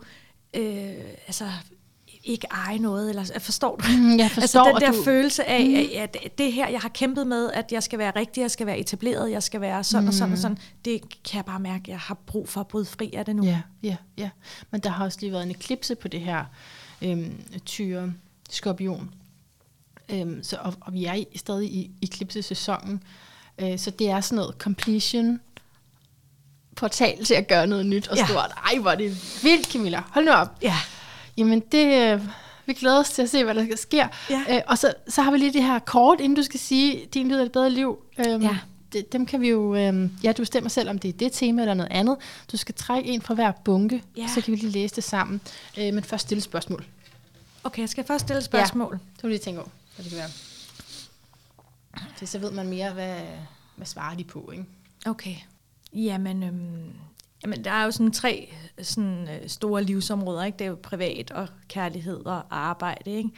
ikke eje noget, eller forstår du? Jeg forstår, altså den der følelse af, at det her, jeg har kæmpet med, at jeg skal være rigtig, jeg skal være etableret, jeg skal være sådan og sådan og sådan, det kan jeg bare mærke, at jeg har brug for at bryde fri af det nu. Ja. Men der har også lige været en eklipse på det her Tyre skorpion. Og vi er stadig i eklipsesæsonen, så det er sådan noget completion, portal til at gøre noget nyt og stort. Ej, hvor er det vildt, Camilla. Hold nu op. Ja. Jamen, vi glæder os til at se, hvad der sker. Ja. Og så har vi lige det her kort, inden du skal sige, din lyd er et bedre liv. Dem kan vi jo... du bestemmer selv, om det er det tema eller noget andet. Du skal trække en fra hver bunke, så kan vi lige læse det sammen. Men først stille spørgsmål. Okay, jeg skal først stille spørgsmål. Ja, så vil lige tænke over, hvad det kan være. Så ved man mere, hvad svarer de på, ikke? Okay. Jamen, der er jo sådan 3 store livsområder, ikke? Det er jo privat og kærlighed og arbejde, ikke?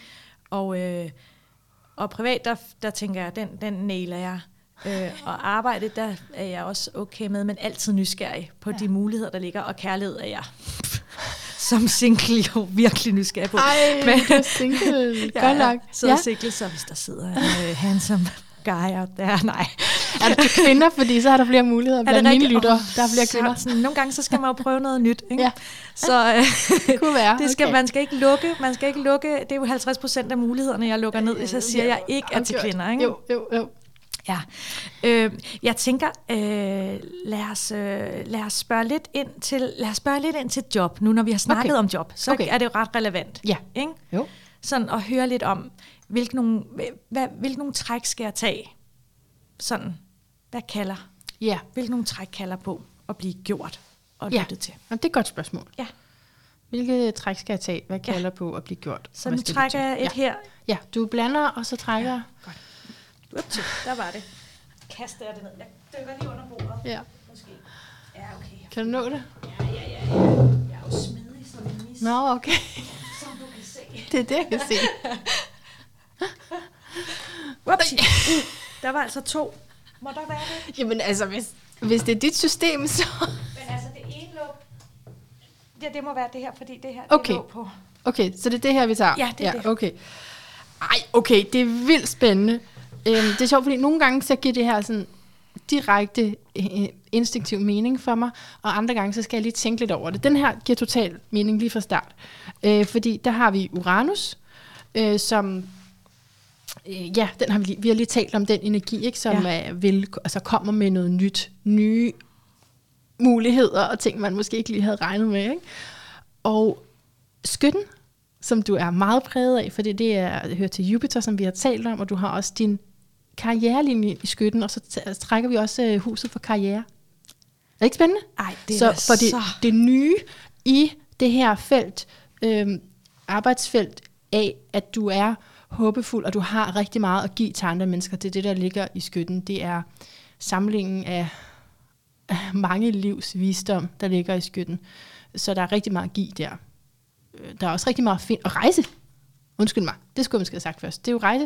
Og privat, der tænker jeg, den nailer jeg. Og arbejde, der er jeg også okay med, men altid nysgerrig på de muligheder, der ligger. Og kærlighed er jeg som single jo virkelig nysgerrig på. Ej, men, du er single. Godt nok. Så single, så hvis der sidder en handsome guy out der, nej. Er det til kvinder, fordi så har der flere muligheder blandt mine lyttere. Der er flere kvinder. Sådan, nogle gange så skal man jo prøve noget nyt, ikke? Ja. Så det kunne være. Man skal ikke lukke. Det er jo 50% af mulighederne, jeg lukker ned, hvis jeg siger, at jeg ikke er til kvinder, ikke? Jo. Ja. Jeg tænker, lad os spørge lidt ind til job. Nu når vi har snakket om job, så er det jo ret relevant. Ja. Ikke? Jo. Sådan at høre lidt om, hvilke nogle træk skal jeg tage? Sådan, hvad kalder? Ja. Hvilke nogle træk kalder på at blive gjort og lyttet til? Ja, det er et godt spørgsmål. Ja. Hvilke træk skal jeg tage? Hvad kalder på at blive gjort? Så nu trækker jeg et her. Ja, du blander, og så trækker jeg. Godt. Der var det. Kaster jeg det ned. Jeg dykker lige under bordet. Ja. Måske. Ja, okay. Kan du nå det? Ja. Jeg er jo smidig som en mis. Nå, okay. Som du kan se. Det er det, jeg kan se. Der var altså 2. Må der være det? Jamen altså, hvis det er dit system, så... Men altså, det ene lå... Ja, det må være det her, fordi det her okay. Det lå på... Okay, så det er det her, vi tager? Ja, det er det. Okay. Ej, okay, det er vildt spændende. Det er sjovt, fordi nogle gange så giver det her sådan direkte instinktiv mening for mig, og andre gange så skal jeg lige tænke lidt over det. Den her giver total mening lige fra start. Fordi der har vi Uranus, som... den har vi har lige talt om den energi, ikke, som kommer med noget nyt, nye muligheder og ting, man måske ikke lige havde regnet med. Ikke? Og Skytten, som du er meget præget af, fordi det hører til Jupiter, som vi har talt om, og du har også din karrierelinje i Skytten, og så trækker vi også huset for karriere. Er det ikke spændende? Ej, det er så det nye i det her felt, arbejdsfelt af, at du er håbefuld, og du har rigtig meget at give til andre mennesker. Det er det, der ligger i Skytten. Det er samlingen af mange livs visdom, der ligger i Skytten. Så der er rigtig meget at give der. Der er også rigtig meget at finde. Og rejse. Undskyld mig. Det skulle jeg måske have sagt først. Det er jo rejse.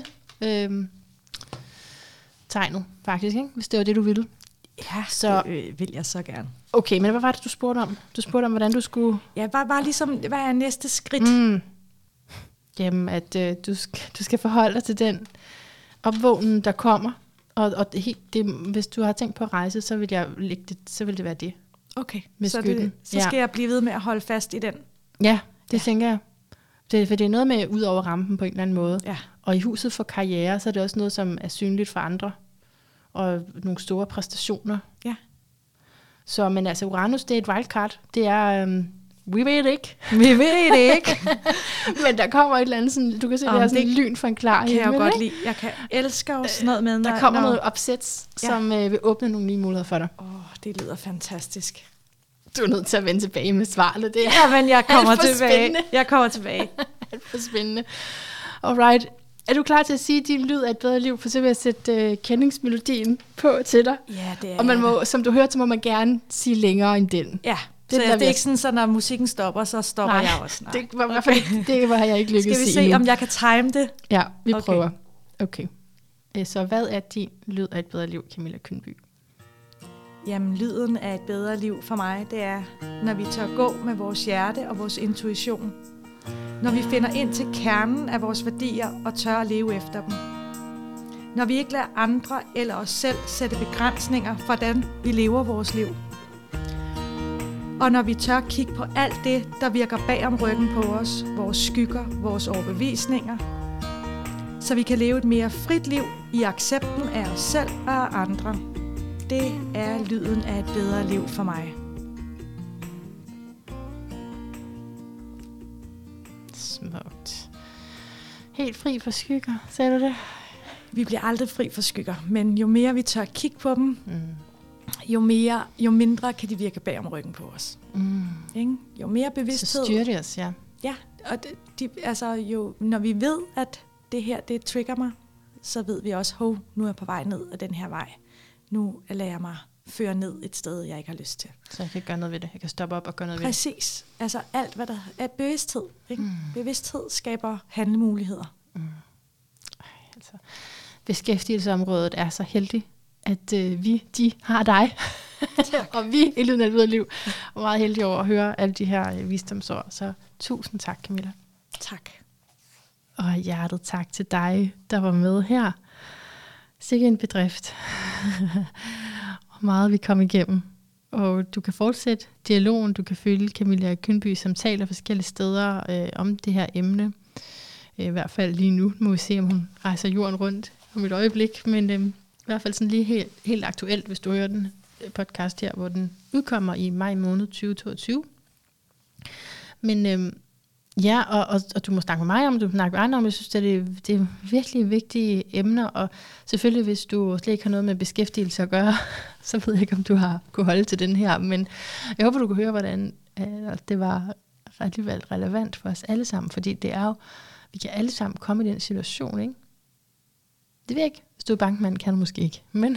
Tegnet, faktisk, ikke? Hvis det var det, du ville. Ja, så vil jeg så gerne. Okay, men hvad var det, du spurgte om? Du spurgte om, hvordan du skulle... Ja, bare ligesom, hvad er næste skridt? Jamen, at du skal forholde dig til den opvågning, der kommer. Og hvis du har tænkt på at rejse, så vil jeg lægge det, så vil det være det. Okay, så skal jeg blive ved med at holde fast i den. Ja, det tænker jeg. For det er noget med ud over rampen på en eller anden måde. Ja. Og i huset for karriere, så er det også noget, som er synligt for andre. Og nogle store præstationer. Ja. Så, men altså Uranus, det er et wildcard. Det er, vi ved det ikke. Vi ved det ikke. Men der kommer et eller andet, sådan, du kan se, det er sådan en lyn for en klar himmel. Kan jeg jo godt lide. Jeg elsker jo sådan noget med. Der kommer noget opsæt, som vil åbne nogle nye muligheder for dig. Det lyder fantastisk. Du er nødt til at vende tilbage med svarene. Det er men jeg kommer tilbage. Spændende. Jeg kommer tilbage. Alt for spændende. Alright. Er du klar til at sige, at din lyd er et bedre liv? For så vil jeg sætte kendingsmelodien på til dig. Ja, det er. Og man må, som du hørte, så må man gerne sige længere end den. Ja, det er ikke sådan, så når musikken stopper, så stopper jeg også. Nej, det var i hvert fald det var jeg ikke lykkedes. Skal vi se, om jeg kan time det? Ja, vi prøver. Okay. Så hvad er din lyd af et bedre liv, Camilla Kyndby? Jamen, lyden af et bedre liv for mig, det er, når vi tør gå med vores hjerte og vores intuition. Når vi finder ind til kernen af vores værdier og tør at leve efter dem. Når vi ikke lader andre eller os selv sætte begrænsninger for, hvordan vi lever vores liv. Og når vi tør kigge på alt det, der virker bag om ryggen på os, vores skygger, vores overbevisninger, så vi kan leve et mere frit liv i accepten af os selv og andre. Det er lyden af et bedre liv for mig. Smukt. Helt fri for skygger, sagde du det? Vi bliver aldrig fri for skygger, men jo mere vi tør kigge på dem, jo mindre kan de virke bag om ryggen på os. Ikke? Jo mere bevidsthed. Så styrer det os, ja. Ja, og når vi ved, at det her, det trigger mig, så ved vi også, nu er jeg på vej ned ad den her vej. Nu lader jeg mig føre ned et sted, jeg ikke har lyst til. Så jeg kan gøre noget ved det. Jeg kan stoppe op og gøre noget ved det. Præcis. Altså alt, hvad der er bevidsthed. Ikke? Bevidsthed skaber handlemuligheder. Altså, beskæftigelsesområdet er så heldig, at de har dig. Og vi i Lyden af et bedre liv er meget heldige over at høre alle de her visdomsord. Så tusind tak, Camilla. Tak. Og hjertet tak til dig, der var med her. Sikke en bedrift. Og meget vi kom igennem. Og du kan fortsætte dialogen. Du kan følge Camilla Kyndby, som taler forskellige steder om det her emne. I hvert fald lige nu må vi se, om hun rejser jorden rundt om et øjeblik. Men i hvert fald sådan lige helt aktuelt, hvis du hører den podcast her, hvor den udkommer i maj måned 2022. Men ja, og du må snakke med mig om, du må snakke med andre om. Jeg synes, det er virkelig vigtige emner, og selvfølgelig, hvis du slet ikke har noget med beskæftigelse at gøre, så ved jeg ikke, om du har kunne holde til den her, men jeg håber, du kunne høre, hvordan det var alligevel relevant for os alle sammen, fordi det er jo, vi kan alle sammen komme i den situation, ikke? Det ved jeg ikke. Hvis du er bankmand, kan du måske ikke, men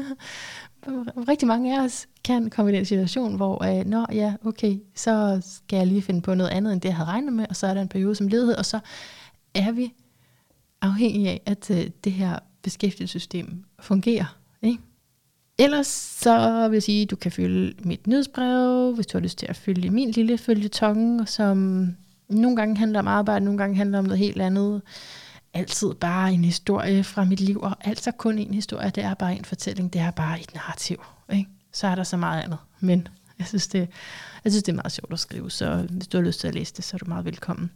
rigtig mange af os kan komme i den situation, hvor så skal jeg lige finde på noget andet, end det jeg havde regnet med, og så er der en periode som ledighed, og så er vi afhængige af, at det her beskæftigelsessystem fungerer. Ikke? Ellers så vil jeg sige, at du kan følge mit nyhedsbrev, hvis du har lyst til at følge min lille føljeton, som nogle gange handler om arbejde, nogle gange handler om noget helt andet. Altid bare en historie fra mit liv, og altså kun en historie, det er bare en fortælling, det er bare et narrativ. Ikke? Så er der så meget andet, men jeg synes, det er meget sjovt at skrive, så hvis du har lyst til at læse det, så er du meget velkommen.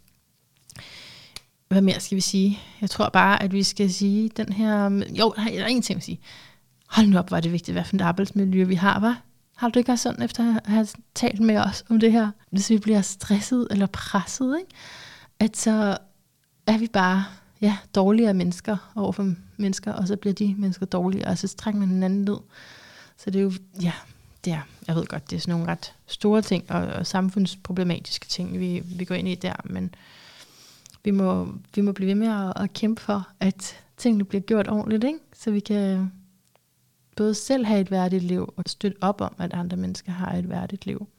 Hvad mere skal vi sige? Jeg tror bare, at vi skal sige den her... Jo, der er en ting at sige. Hold nu op, hvor er det vigtigt, hvad for et arbejdsmiljø vi har, hva'? Har du ikke også sådan, efter at have talt med os om det her? Hvis vi bliver stresset eller presset, ikke? At så er vi bare dårligere mennesker overfor mennesker, og så bliver de mennesker dårligere, og så trækker man hinanden ned. Så det er jo, det er, jeg ved godt, det er sådan nogle ret store ting, og samfundsproblematiske ting, vi går ind i der, men vi må blive ved med at kæmpe for, at tingene bliver gjort ordentligt, ikke? Så vi kan både selv have et værdigt liv, og støtte op om, at andre mennesker har et værdigt liv.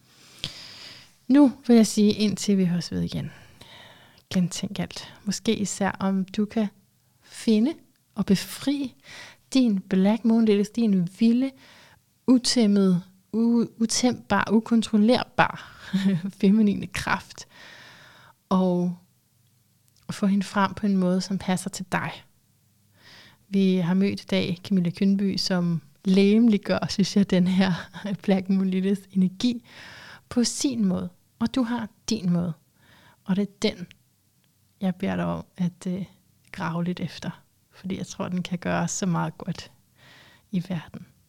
Nu vil jeg sige, indtil vi høres ved igen. Gentænk alt. Måske især om du kan finde og befri din Black Moon, det er din vilde, utæmmede, utæmbar, ukontrollerbar feminine kraft, og få hende frem på en måde, som passer til dig. Vi har mødt i dag Camilla Kyndby, som legemliggør, synes jeg, den her Black Moon Lilith energi på sin måde, og du har din måde, og det er den, jeg beder dig om at grave lidt efter. Fordi jeg tror, den kan gøre så meget godt i verden.